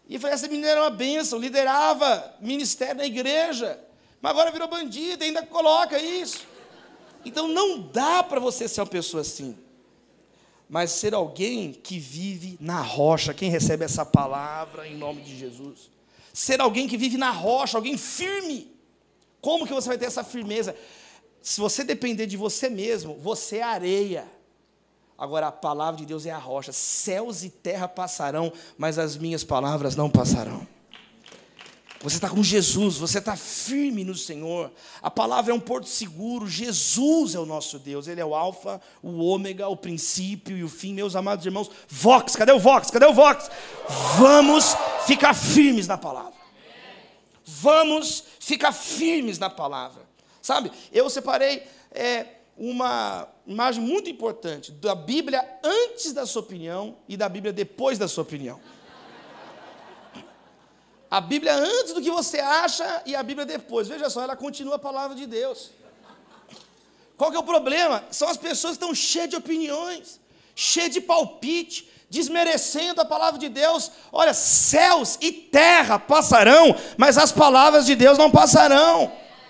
E falei, essa menina era uma bênção, liderava ministério na igreja, mas agora virou bandida, ainda coloca isso. Então não dá para você ser uma pessoa assim, mas ser alguém que vive na rocha. Quem recebe essa palavra em nome de Jesus? Ser alguém que vive na rocha, alguém firme. Como que você vai ter essa firmeza? Se você depender de você mesmo, você é areia. Agora a palavra de Deus é a rocha. Céus e terra passarão, mas as minhas palavras não passarão. Você está com Jesus, você está firme no Senhor. A palavra é um porto seguro. Jesus é o nosso Deus. Ele é o alfa, o ômega, o princípio e o fim. Meus amados irmãos, Vox, cadê o Vox? Cadê o Vox? Vamos ficar firmes na palavra. Vamos ficar firmes na palavra. Sabe, eu separei uma imagem muito importante da Bíblia antes da sua opinião e da Bíblia depois da sua opinião. A Bíblia antes do que você acha e a Bíblia depois. Veja só, ela continua a palavra de Deus. Qual que é o problema? São as pessoas que estão cheias de opiniões, cheias de palpite, desmerecendo a palavra de Deus. Olha, céus e terra passarão, mas as palavras de Deus não passarão.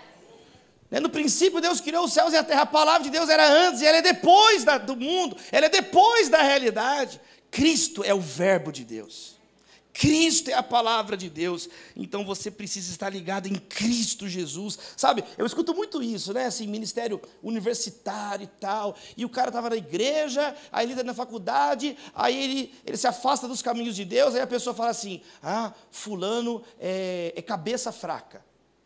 No princípio Deus criou os céus e a terra. A palavra de Deus era antes e ela é depois do mundo, ela é depois da realidade. Cristo é o verbo de Deus. Cristo é a palavra de Deus. Então você precisa estar ligado em Cristo Jesus. Sabe, eu escuto muito isso, né? Assim, ministério universitário e tal. E o cara estava na igreja, aí ele está na faculdade, aí ele se afasta dos caminhos de Deus, aí a pessoa fala assim, fulano é cabeça fraca.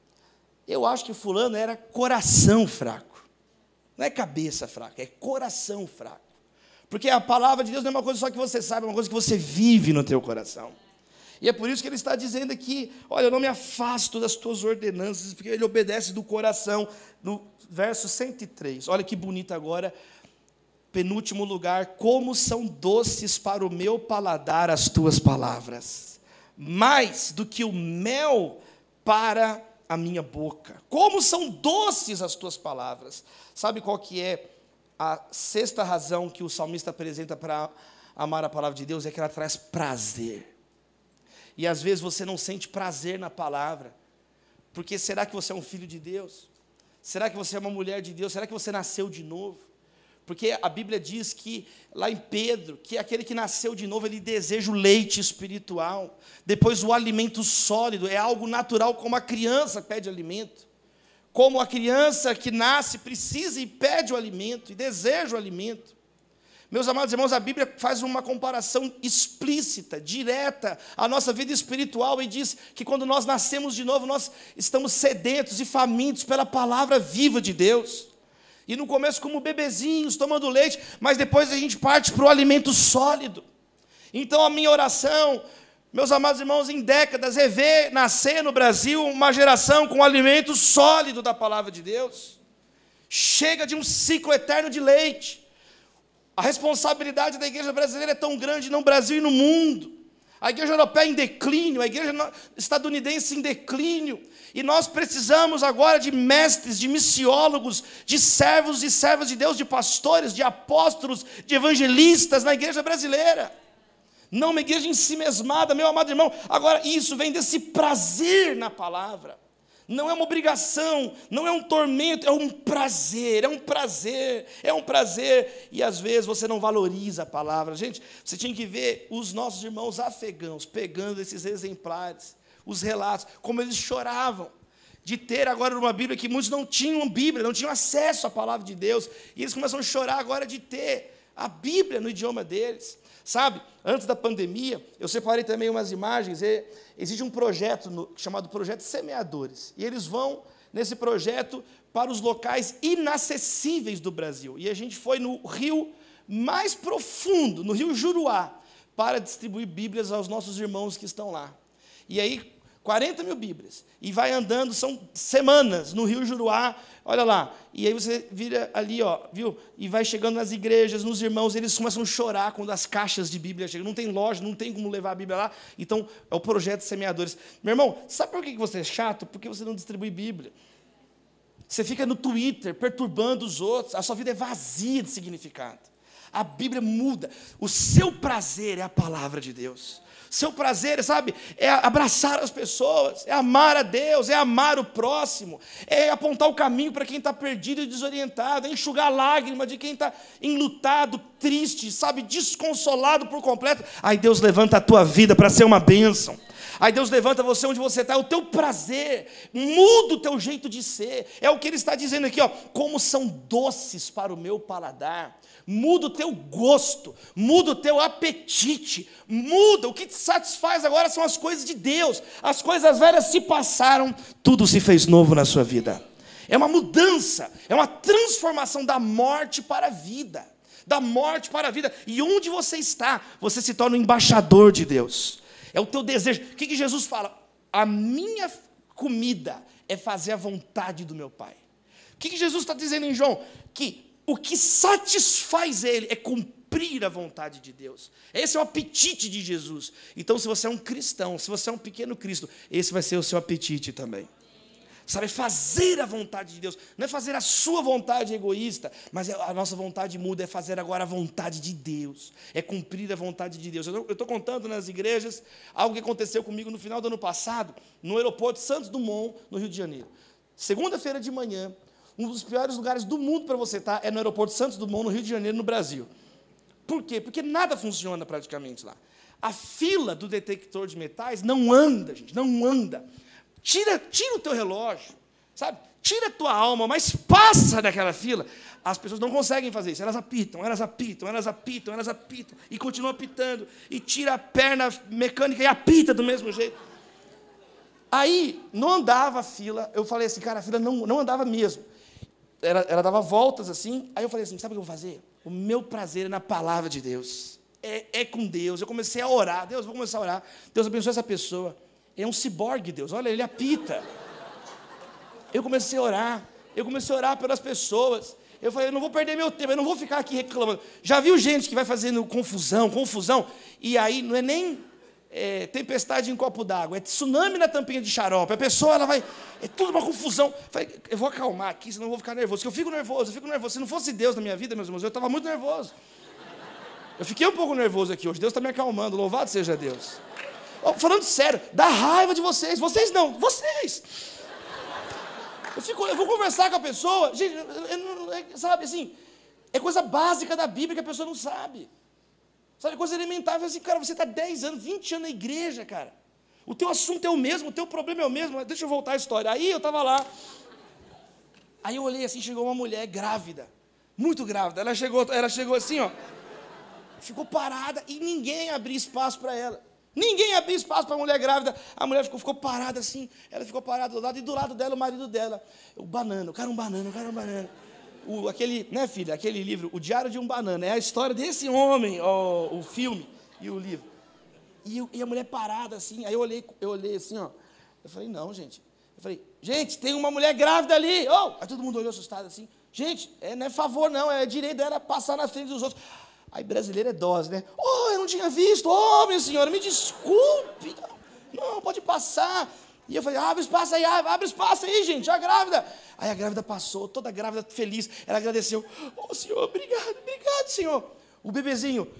Eu acho que fulano era coração fraco. Não é cabeça fraca, é coração fraco. Porque a palavra de Deus não é uma coisa só que você sabe, é uma coisa que você vive no teu coração. E é por isso que ele está dizendo aqui, olha, eu não me afasto das tuas ordenanças, porque ele obedece do coração, no verso 103. Olha que bonito agora, penúltimo lugar, como são doces para o meu paladar as tuas palavras, mais do que o mel para a minha boca. Como são doces as tuas palavras. Sabe qual que é a sexta razão que o salmista apresenta para amar a palavra de Deus? É que ela traz prazer. E às vezes você não sente prazer na palavra, porque será que você é um filho de Deus? Será que você é uma mulher de Deus? Será que você nasceu de novo? Porque a Bíblia diz que, lá em Pedro, que aquele que nasceu de novo, ele deseja o leite espiritual, depois o alimento sólido, é algo natural, como a criança pede alimento, como a criança que nasce precisa e pede o alimento, e deseja o alimento. Meus amados irmãos, a Bíblia faz uma comparação explícita, direta, à nossa vida espiritual, e diz que quando nós nascemos de novo, nós estamos sedentos e famintos pela palavra viva de Deus. E no começo como bebezinhos, tomando leite, mas depois a gente parte para o alimento sólido. Então a minha oração, meus amados irmãos, em décadas, é ver nascer no Brasil uma geração com alimento sólido da palavra de Deus. Chega de um ciclo eterno de leite. A responsabilidade da igreja brasileira é tão grande no Brasil e no mundo. A igreja europeia em declínio, a igreja estadunidense em declínio. E nós precisamos agora de mestres, de missiólogos, de servos e servas de Deus, de pastores, de apóstolos, de evangelistas na igreja brasileira. Não uma igreja ensimesmada, meu amado irmão. Agora, isso vem desse prazer na palavra. Não é uma obrigação, não é um tormento, é um prazer, é um prazer, é um prazer. E às vezes você não valoriza a palavra. Gente, você tinha que ver os nossos irmãos afegãos pegando esses exemplares, os relatos, como eles choravam de ter agora uma Bíblia, que muitos não tinham Bíblia, não tinham acesso à palavra de Deus. E eles começam a chorar agora de ter a Bíblia no idioma deles. Sabe, antes da pandemia, eu separei também umas imagens. Existe um projeto chamado Projeto Semeadores. E eles vão, nesse projeto, para os locais inacessíveis do Brasil. E a gente foi no rio mais profundo, no rio Juruá, para distribuir Bíblias aos nossos irmãos que estão lá. E aí, 40 mil Bíblias. E vai andando, são semanas no rio Juruá, olha lá. E aí você vira ali, ó, viu? E vai chegando nas igrejas, nos irmãos, eles começam a chorar quando as caixas de Bíblia chegam. Não tem loja, não tem como levar a Bíblia lá. Então, é o projeto Semeadores. Meu irmão, sabe por que você é chato? Porque você não distribui Bíblia. Você fica no Twitter, perturbando os outros. A sua vida é vazia de significado. A Bíblia muda. O seu prazer é a palavra de Deus. Seu prazer, sabe, é abraçar as pessoas, é amar a Deus, é amar o próximo, é apontar o caminho para quem está perdido e desorientado, é enxugar a lágrima de quem está enlutado, triste, sabe, desconsolado por completo. Aí Deus levanta a tua vida para ser uma bênção. Aí Deus levanta você onde você está, é o teu prazer, muda o teu jeito de ser. É o que Ele está dizendo aqui, ó, como são doces para o meu paladar. Muda o teu gosto, muda o teu apetite, muda. O que te satisfaz agora são as coisas de Deus. As coisas velhas se passaram, tudo se fez novo na sua vida. É uma mudança, é uma transformação da morte para a vida. Da morte para a vida. E onde você está, você se torna um embaixador de Deus. É o teu desejo. O que Jesus fala? A minha comida é fazer a vontade do meu Pai. O que Jesus está dizendo em João? Que o que satisfaz Ele é cumprir a vontade de Deus. Esse é o apetite de Jesus. Então, se você é um cristão, se você é um pequeno Cristo, esse vai ser o seu apetite também. Sabe, fazer a vontade de Deus. Não é fazer a sua vontade egoísta, mas a nossa vontade muda, é fazer agora a vontade de Deus. É cumprir a vontade de Deus. Eu estou contando nas igrejas algo que aconteceu comigo no final do ano passado, no aeroporto Santos Dumont, no Rio de Janeiro. Segunda-feira de manhã, um dos piores lugares do mundo para você estar é no aeroporto Santos Dumont, no Rio de Janeiro, no Brasil. Por quê? Porque nada funciona praticamente lá. A fila do detector de metais não anda, gente, não anda. Tira o teu relógio, sabe? Tira a tua alma, mas passa daquela fila. As pessoas não conseguem fazer isso. Elas apitam, elas apitam, elas apitam, elas apitam. E continuam apitando. E tira a perna mecânica e apita do mesmo jeito. Aí, não andava a fila. Eu falei assim, cara, a fila não andava mesmo. Ela dava voltas assim. Aí eu falei assim, sabe o que eu vou fazer? O meu prazer é na palavra de Deus. É com Deus. Eu comecei a orar. Deus, vou começar a orar. Deus abençoe essa pessoa. É um ciborgue, Deus. Olha, ele apita. Eu comecei a orar pelas pessoas. Eu falei, eu não vou perder meu tempo, eu não vou ficar aqui reclamando. Já viu gente que vai fazendo confusão, e aí não é nem tempestade em copo d'água, é tsunami na tampinha de xarope. A pessoa, ela vai, é tudo uma confusão. Eu falei, eu vou acalmar aqui, senão eu vou ficar nervoso. Porque eu fico nervoso. Se não fosse Deus na minha vida, meus irmãos, eu estava muito nervoso. Eu fiquei um pouco nervoso aqui hoje. Deus está me acalmando, louvado seja Deus. Falando sério, dá raiva de vocês. Vocês não, vocês. Eu vou conversar com a pessoa, gente, sabe assim, é coisa básica da Bíblia que a pessoa não sabe. Sabe, coisa elementar, assim, cara, você está 10 anos, 20 anos na igreja, cara. O teu assunto é o mesmo, o teu problema é o mesmo. Deixa eu voltar a história. Aí eu estava lá, aí eu olhei assim, chegou uma mulher grávida, muito grávida. Ela chegou assim, ó, ficou parada e ninguém abria espaço para ela. Ninguém abria espaço para a mulher grávida. A mulher ficou parada assim. Ela ficou parada do lado. E do lado dela, o marido dela. O banana. Eu quero um banana. Aquele, né, filha? Aquele livro, O Diário de um Banana. É a história desse homem, o filme e o livro. E a mulher parada assim. Aí eu olhei assim, ó. Eu falei, não, gente. Eu falei, gente, tem uma mulher grávida ali. Oh! Aí todo mundo olhou assustado assim. Gente, não é favor não. É direito dela passar na frente dos outros. Aí brasileiro é dose, né? Oh, eu não tinha visto. Oh, minha senhora, me desculpe. Não, pode passar. E eu falei, abre espaço aí, gente, a grávida. Aí a grávida passou, toda grávida feliz. Ela agradeceu. Oh, senhor, obrigado, senhor. O bebezinho.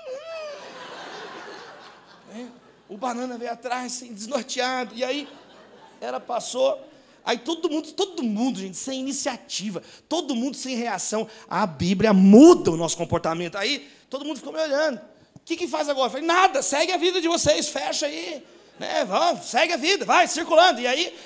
O banana veio atrás, assim, desnorteado. E aí, ela passou. Aí todo mundo, gente, sem iniciativa, todo mundo sem reação. A Bíblia muda o nosso comportamento. Aí todo mundo ficou me olhando. O que faz agora? Eu falei, nada, segue a vida de vocês, fecha aí. Né? Vamos, segue a vida, vai, circulando. E aí,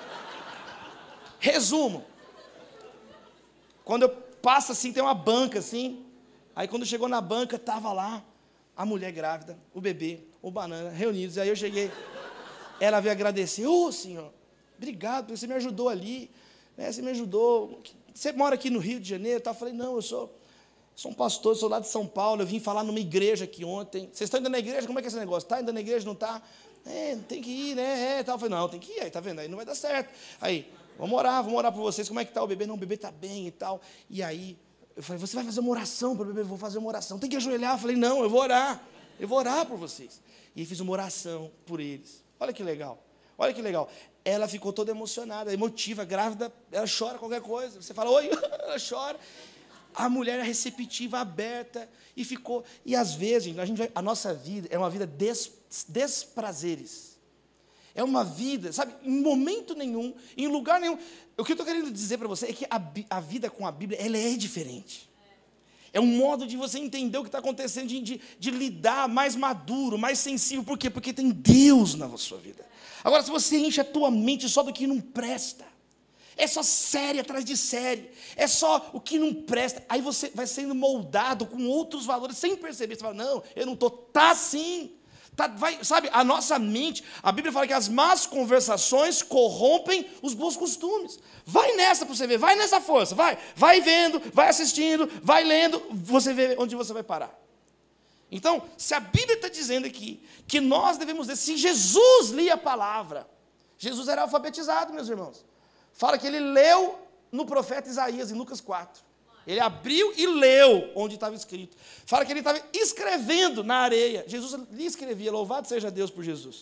resumo. Quando eu passo assim, tem uma banca assim. Aí quando chegou na banca, estava lá a mulher grávida, o bebê, o banana, reunidos. Aí eu cheguei, ela veio agradecer. Ô, senhor, obrigado, você me ajudou ali, né? Você me ajudou. Você mora aqui no Rio de Janeiro? Eu falei, não, eu sou um pastor, sou lá de São Paulo, eu vim falar numa igreja aqui ontem. Vocês estão indo na igreja? Como é que é esse negócio? Está indo na igreja, não está? Tem que ir, né? Eu falei, não, tem que ir, aí, tá vendo? Aí não vai dar certo. Aí, vamos orar por vocês, como é que está o bebê? Não, o bebê está bem e tal. E aí, eu falei, você vai fazer uma oração para o bebê? Eu vou fazer uma oração. Tem que ajoelhar? Eu falei, não, eu vou orar por vocês. E fiz uma oração por eles. Olha que legal. Ela ficou toda emocionada, emotiva, grávida, ela chora qualquer coisa. Você fala, oi, ela chora. A mulher é receptiva, aberta, e ficou. E às vezes, a nossa vida é uma vida desprazeres. É uma vida, sabe, em momento nenhum, em lugar nenhum. O que eu estou querendo dizer para você é que a vida com a Bíblia, ela é diferente. É um modo de você entender o que está acontecendo, de lidar mais maduro, mais sensível. Por quê? Porque tem Deus na sua vida. Agora, se você enche a tua mente só do que não presta, é só série atrás de série, é só o que não presta, aí você vai sendo moldado com outros valores, sem perceber. Você fala, não, eu não estou, tá sim. Sabe, a nossa mente, a Bíblia fala que as más conversações corrompem os bons costumes. Vai nessa para você ver, vai nessa força, vai vendo, vai assistindo, vai lendo, você vê onde você vai parar. Então, se a Bíblia está dizendo aqui que nós devemos ler, se Jesus lia a palavra, Jesus era alfabetizado, meus irmãos. Fala que ele leu no profeta Isaías, em Lucas 4. Ele abriu e leu onde estava escrito. Fala que ele estava escrevendo na areia. Jesus lhe escrevia, louvado seja Deus por Jesus.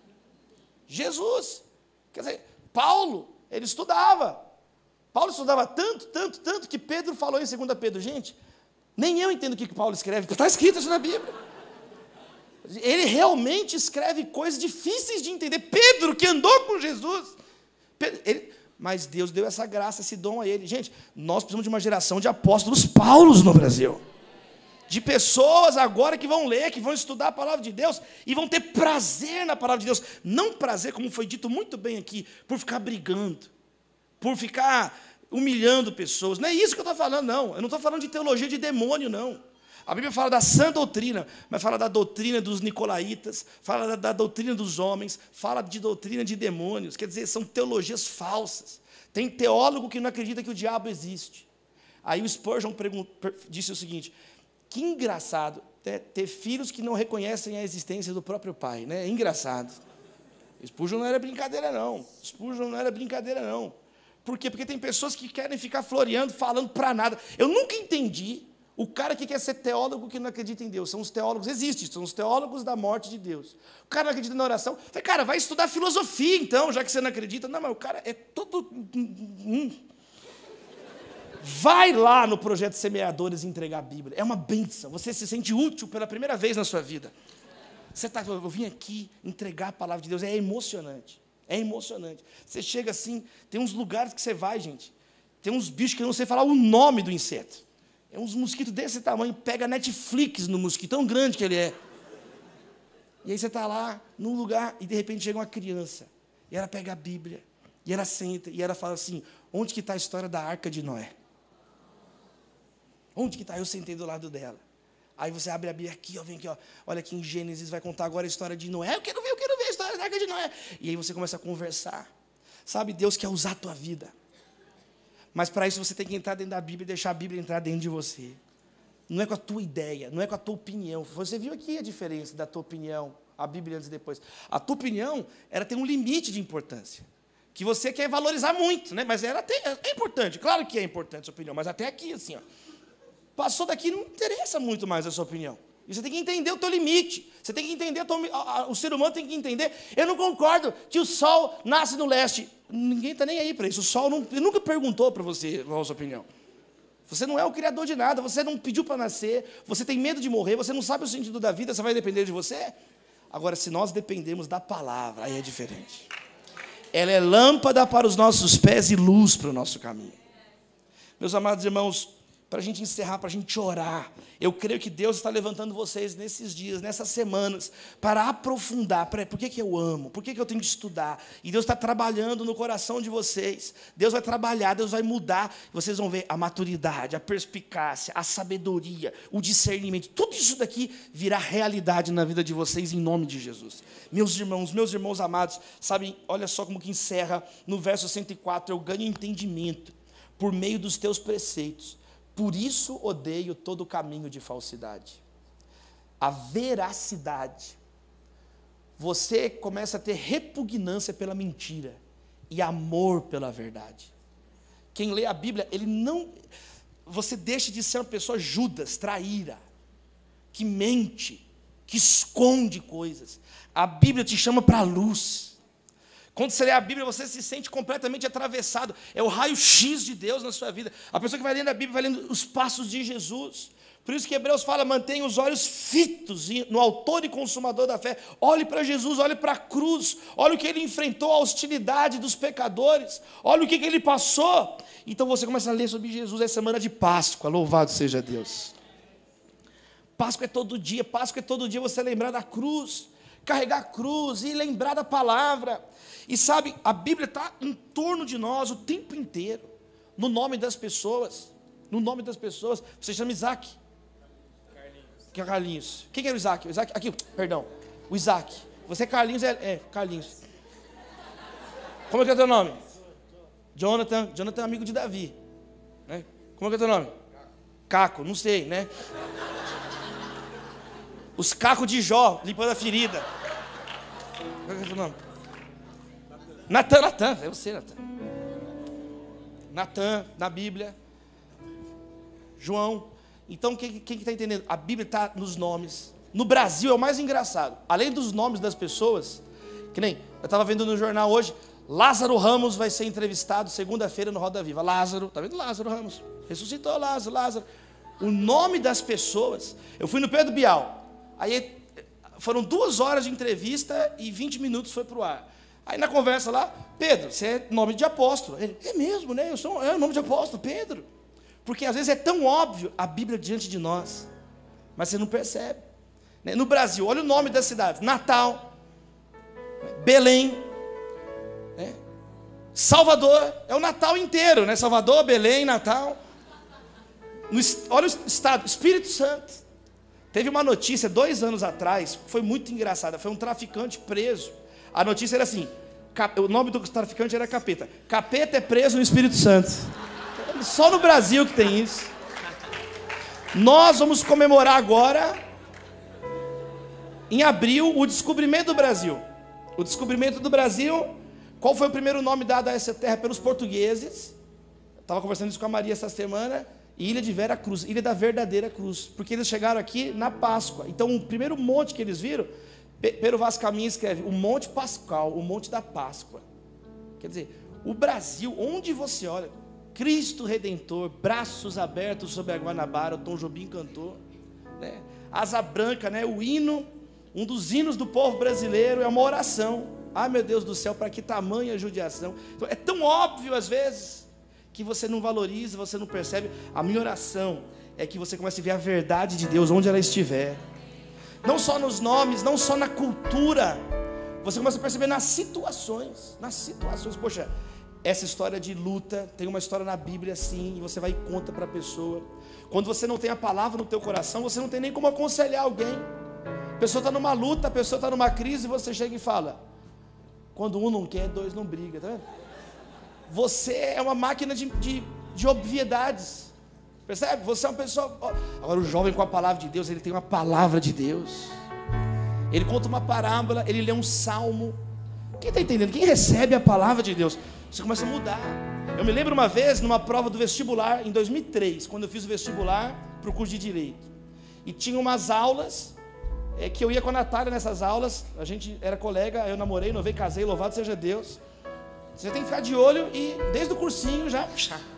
Jesus. Quer dizer, Paulo, ele estudava. Paulo estudava tanto, que Pedro falou em 2 Pedro, gente, nem eu entendo o que Paulo escreve, está escrito isso na Bíblia. Ele realmente escreve coisas difíceis de entender. Pedro, que andou com Jesus, mas Deus deu essa graça, esse dom a ele. Gente, nós precisamos de uma geração de apóstolos Paulos no Brasil. De pessoas agora que vão ler, que vão estudar a palavra de Deus e vão ter prazer na palavra de Deus. Não prazer, como foi dito muito bem aqui, por ficar brigando, por ficar humilhando pessoas. Não é isso que eu estou falando, não. Eu não estou falando de teologia de demônio, não. A Bíblia fala da sã doutrina, mas fala da doutrina dos nicolaítas, fala da doutrina dos homens, fala de doutrina de demônios. Quer dizer, são teologias falsas. Tem teólogo que não acredita que o diabo existe. Aí o Spurgeon disse o seguinte, que engraçado, ter filhos que não reconhecem a existência do próprio pai. Né? É engraçado. Spurgeon não era brincadeira, não. Por quê? Porque tem pessoas que querem ficar floreando, falando para nada. Eu nunca entendi o cara que quer ser teólogo que não acredita em Deus. São os teólogos, são os teólogos da morte de Deus. O cara não acredita na oração. Eu falei, cara, vai estudar filosofia então, já que você não acredita. Não, mas o cara é todo... Vai lá no Projeto Semeadores entregar a Bíblia. É uma bênção. Você se sente útil pela primeira vez na sua vida. Eu vim aqui entregar a palavra de Deus. É emocionante. É emocionante. Você chega assim, tem uns lugares que você vai, gente. Tem uns bichos que eu não sei falar o nome do inseto. É uns mosquitos desse tamanho, pega Netflix no mosquito, tão grande que ele é. E aí você está lá, num lugar, e de repente chega uma criança, e ela pega a Bíblia, e ela senta, e ela fala assim, onde que está a história da Arca de Noé? Onde que está? Eu sentei do lado dela. Aí você abre a Bíblia aqui, ó, vem aqui, ó, olha aqui em Gênesis, vai contar agora a história de Noé. Eu quero ver a história da Arca de Noé. E aí você começa a conversar. Sabe, Deus quer usar a tua vida. Mas para isso você tem que entrar dentro da Bíblia e deixar a Bíblia entrar dentro de você. Não é com a tua ideia, não é com a tua opinião. Você viu aqui a diferença da tua opinião, a Bíblia antes e depois. A tua opinião, ela tem um limite de importância, que você quer valorizar muito, né? Mas ela é importante, claro que é importante a sua opinião, mas até aqui, assim, ó. Passou daqui, não interessa muito mais a sua opinião. E você tem que entender o teu limite. Você tem que entender, o ser humano tem que entender. Eu não concordo que o sol nasce no leste. Ninguém está nem aí para isso. O sol nunca perguntou para você qual a sua opinião. Você não é o criador de nada, você não pediu para nascer, você tem medo de morrer, você não sabe o sentido da vida, você vai depender de você? Agora, se nós dependemos da palavra, aí é diferente. Ela é lâmpada para os nossos pés e luz para o nosso caminho. Meus amados irmãos, para a gente encerrar, para a gente orar, eu creio que Deus está levantando vocês nesses dias, nessas semanas, para aprofundar. Por que eu amo? Por que eu tenho que estudar? E Deus está trabalhando no coração de vocês. Deus vai trabalhar, Deus vai mudar. Vocês vão ver a maturidade, a perspicácia, a sabedoria, o discernimento. Tudo isso daqui virá realidade na vida de vocês, em nome de Jesus. Meus irmãos amados, sabem, olha só como que encerra no verso 104, eu ganho entendimento por meio dos teus preceitos. Por isso odeio todo caminho de falsidade. A veracidade. Você começa a ter repugnância pela mentira e amor pela verdade. Quem lê a Bíblia, você deixa de ser uma pessoa Judas, traíra, que mente, que esconde coisas. A Bíblia te chama para a luz. Quando você lê a Bíblia, você se sente completamente atravessado. É o raio-x de Deus na sua vida. A pessoa que vai lendo a Bíblia, vai lendo os passos de Jesus. Por isso que Hebreus fala, mantenha os olhos fitos no autor e consumador da fé. Olhe para Jesus, olhe para a cruz, olhe o que ele enfrentou, a hostilidade dos pecadores, olhe o que ele passou. Então você começa a ler sobre Jesus, é semana de Páscoa, louvado seja Deus. Páscoa é todo dia você lembrar da cruz, carregar a cruz e lembrar da palavra. E sabe, a Bíblia está em torno de nós o tempo inteiro, no nome das pessoas. No nome das pessoas. Você chama Isaac? Que é Carlinhos. Quem era o Isaac? O Isaac, aqui, perdão. O Isaac. Você é Carlinhos, Carlinhos. Como é que é o teu nome? Jonathan. Jonathan é amigo de Davi, né? Como é que é o teu nome? Caco, não sei, né? Os cacos de Jó, limpando a ferida. Como é que é o teu nome? Natan, é você, Natan. Natan, na Bíblia. João. Então, quem está entendendo? A Bíblia está nos nomes. No Brasil é o mais engraçado. Além dos nomes das pessoas, que nem, eu estava vendo no jornal hoje, Lázaro Ramos vai ser entrevistado segunda-feira no Roda Viva. Lázaro, está vendo Lázaro Ramos? Ressuscitou Lázaro. O nome das pessoas. Eu fui no Pedro Bial. Aí foram 2 horas de entrevista e 20 minutos foi para o ar. Aí na conversa lá, Pedro, você é nome de apóstolo. Ele, é mesmo, né? Eu sou nome de apóstolo, Pedro. Porque às vezes é tão óbvio a Bíblia diante de nós, mas você não percebe. No Brasil, olha o nome das cidades: Natal, Belém, Salvador, é o Natal inteiro, né? Salvador, Belém, Natal. Olha o estado, Espírito Santo. Teve uma notícia 2 anos atrás, foi muito engraçada, foi um traficante preso. A notícia era assim, o nome do traficante era Capeta. Capeta é preso no Espírito Santo. Só no Brasil que tem isso. Nós vamos comemorar agora, em abril, o descobrimento do Brasil. O descobrimento do Brasil. Qual foi o primeiro nome dado a essa terra pelos portugueses? Estava conversando isso com a Maria essa semana. Ilha de Vera Cruz, Ilha da Verdadeira Cruz. Porque eles chegaram aqui na Páscoa. Então o primeiro monte que eles viram, Pero Vaz Caminha escreve, o Monte Pascal, o Monte da Páscoa. Quer dizer, o Brasil, onde você olha, Cristo Redentor, braços abertos sobre a Guanabara, o Tom Jobim cantou, né? Asa branca, né? O hino, um dos hinos do povo brasileiro é uma oração. Ai meu Deus do céu, para que tamanha judiação. Então, é tão óbvio às vezes, que você não valoriza, você não percebe. A minha oração é que você comece a ver a verdade de Deus onde ela estiver. Não só nos nomes, não só na cultura. Você começa a perceber nas situações. Poxa, essa história de luta, tem uma história na Bíblia assim, e você vai e conta para a pessoa. Quando você não tem a palavra no teu coração, você não tem nem como aconselhar alguém. A pessoa está numa luta, a pessoa está numa crise, e você chega e fala, quando um não quer, 2 não briga, tá vendo? Você é uma máquina de obviedades, percebe? Você é uma pessoa. Agora o jovem com a palavra de Deus, ele tem uma palavra de Deus. Ele conta uma parábola, ele lê um salmo. Quem está entendendo? Quem recebe a palavra de Deus, você começa a mudar. Eu me lembro uma vez, numa prova do vestibular, em 2003, quando eu fiz o vestibular para o curso de Direito. E tinha umas aulas, que eu ia com a Natália nessas aulas, a gente era colega, eu namorei, novei, casei, louvado seja Deus. Você tem que ficar de olho e desde o cursinho já...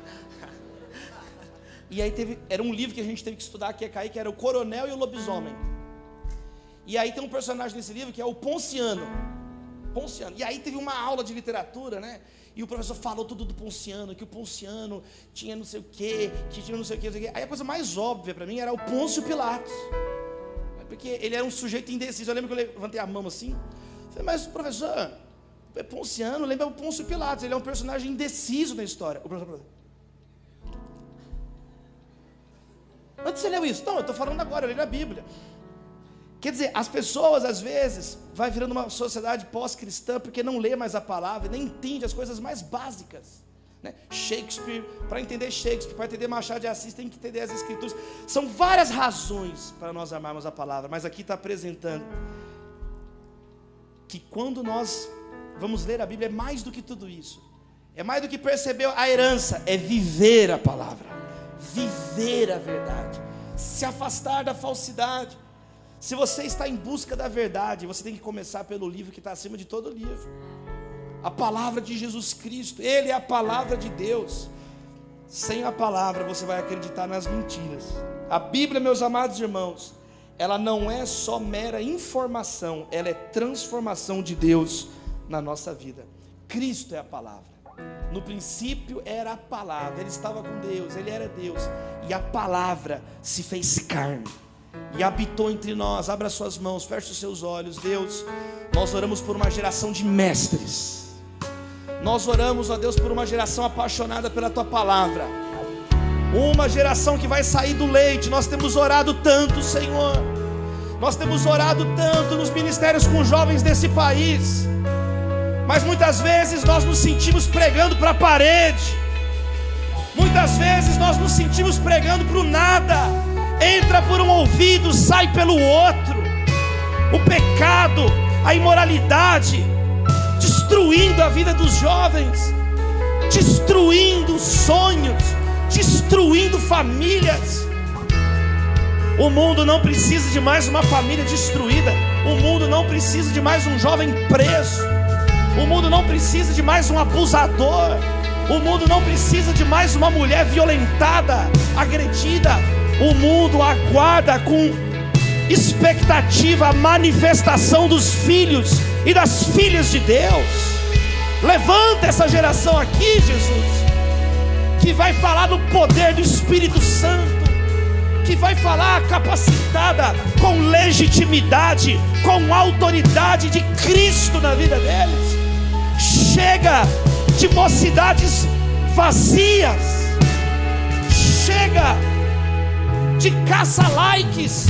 E aí era um livro que a gente teve que estudar, que ia cair, que era o Coronel e o Lobisomem. E aí tem um personagem nesse livro que é o Ponciano. E aí teve uma aula de literatura, né? E o professor falou tudo do Ponciano, que o Ponciano tinha não sei o quê, que tinha não sei o quê. Aí a coisa mais óbvia para mim era o Pôncio Pilatos. Porque ele era um sujeito indeciso. Eu lembro que eu levantei a mão assim. Falei, mas professor, Ponciano lembra o Pôncio Pilatos. Ele é um personagem indeciso na história. O professor falou, antes você leu isso? Não, eu estou falando agora, eu li na Bíblia. Quer dizer, as pessoas às vezes vai virando uma sociedade pós-cristã porque não lê mais a palavra, nem entende as coisas mais básicas, né? Shakespeare, para entender Shakespeare, para entender Machado de Assis, tem que entender as Escrituras. São várias razões para nós amarmos a palavra, mas aqui está apresentando que quando nós vamos ler a Bíblia é mais do que tudo isso. É mais do que perceber a herança, é viver a palavra, viver a verdade, se afastar da falsidade. Se você está em busca da verdade, você tem que começar pelo livro que está acima de todo livro. A palavra de Jesus Cristo, Ele é a palavra de Deus. Sem a palavra você vai acreditar nas mentiras. A Bíblia, meus amados irmãos, ela não é só mera informação, ela é transformação de Deus na nossa vida. Cristo é a palavra. No princípio era a palavra, Ele estava com Deus, Ele era Deus, e a palavra se fez carne e habitou entre nós. Abra suas mãos, feche os seus olhos. Deus, nós oramos por uma geração de mestres. Nós oramos, ó Deus, por uma geração apaixonada pela Tua palavra, uma geração que vai sair do leite. Nós temos orado tanto, Senhor, nós temos orado tanto nos ministérios com jovens desse país, mas muitas vezes nós nos sentimos pregando para a parede, muitas vezes nós nos sentimos pregando para o nada. Entra por um ouvido, sai pelo outro. O pecado, a imoralidade, destruindo a vida dos jovens, destruindo sonhos, destruindo famílias. O mundo não precisa de mais uma família destruída. O mundo não precisa de mais um jovem preso. O mundo não precisa de mais um abusador. O mundo não precisa de mais uma mulher violentada, agredida. O mundo aguarda com expectativa a manifestação dos filhos e das filhas de Deus. Levanta essa geração aqui, Jesus, que vai falar no poder do Espírito Santo, que vai falar capacitada, com legitimidade, com autoridade de Cristo na vida deles. Chega de mocidades vazias, chega de caça-likes,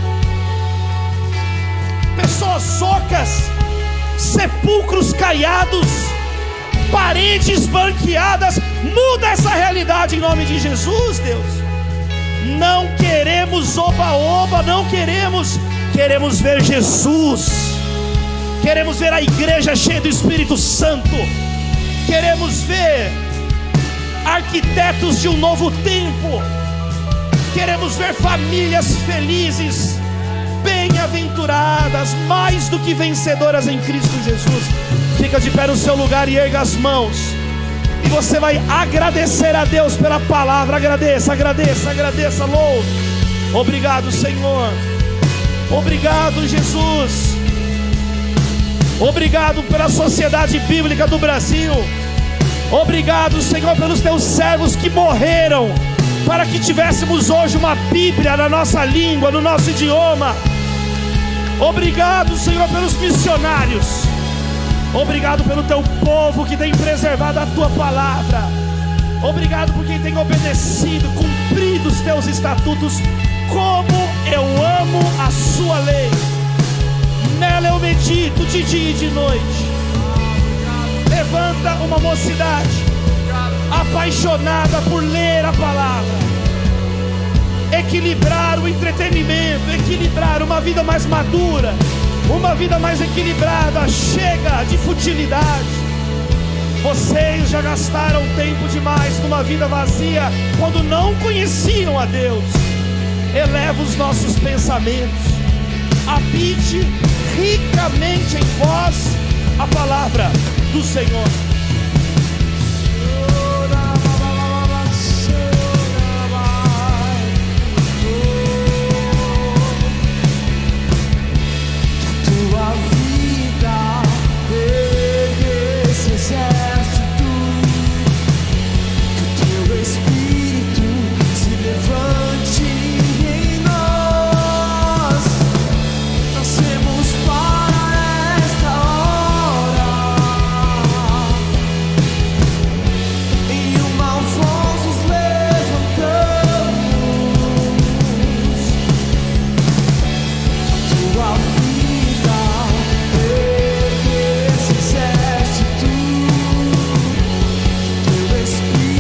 pessoas ocas, sepulcros caiados, paredes banqueadas. Muda essa realidade em nome de Jesus, Deus. Não queremos oba-oba, não queremos ver Jesus, queremos ver a igreja cheia do Espírito Santo, queremos ver arquitetos de um novo tempo, queremos ver famílias felizes, bem-aventuradas, mais do que vencedoras em Cristo Jesus. Fica de pé no seu lugar e erga as mãos, e você vai agradecer a Deus pela palavra. Agradeça, agradeça, agradeça, louve. Obrigado, Senhor. Obrigado, Jesus. Obrigado pela Sociedade Bíblica do Brasil. Obrigado, Senhor, pelos teus servos que morreram para que tivéssemos hoje uma Bíblia na nossa língua, no nosso idioma. Obrigado, Senhor, pelos missionários. Obrigado pelo teu povo que tem preservado a tua palavra. Obrigado por quem tem obedecido, cumprido os teus estatutos. Como eu amo a sua lei, nela eu medito de dia e de noite. Levanta uma mocidade apaixonada por ler a palavra, equilibrar o entretenimento, equilibrar uma vida mais madura, uma vida mais equilibrada. Chega de futilidade. Vocês já gastaram tempo demais numa vida vazia, quando não conheciam a Deus. Eleva os nossos pensamentos, habite ricamente em vós a palavra do Senhor.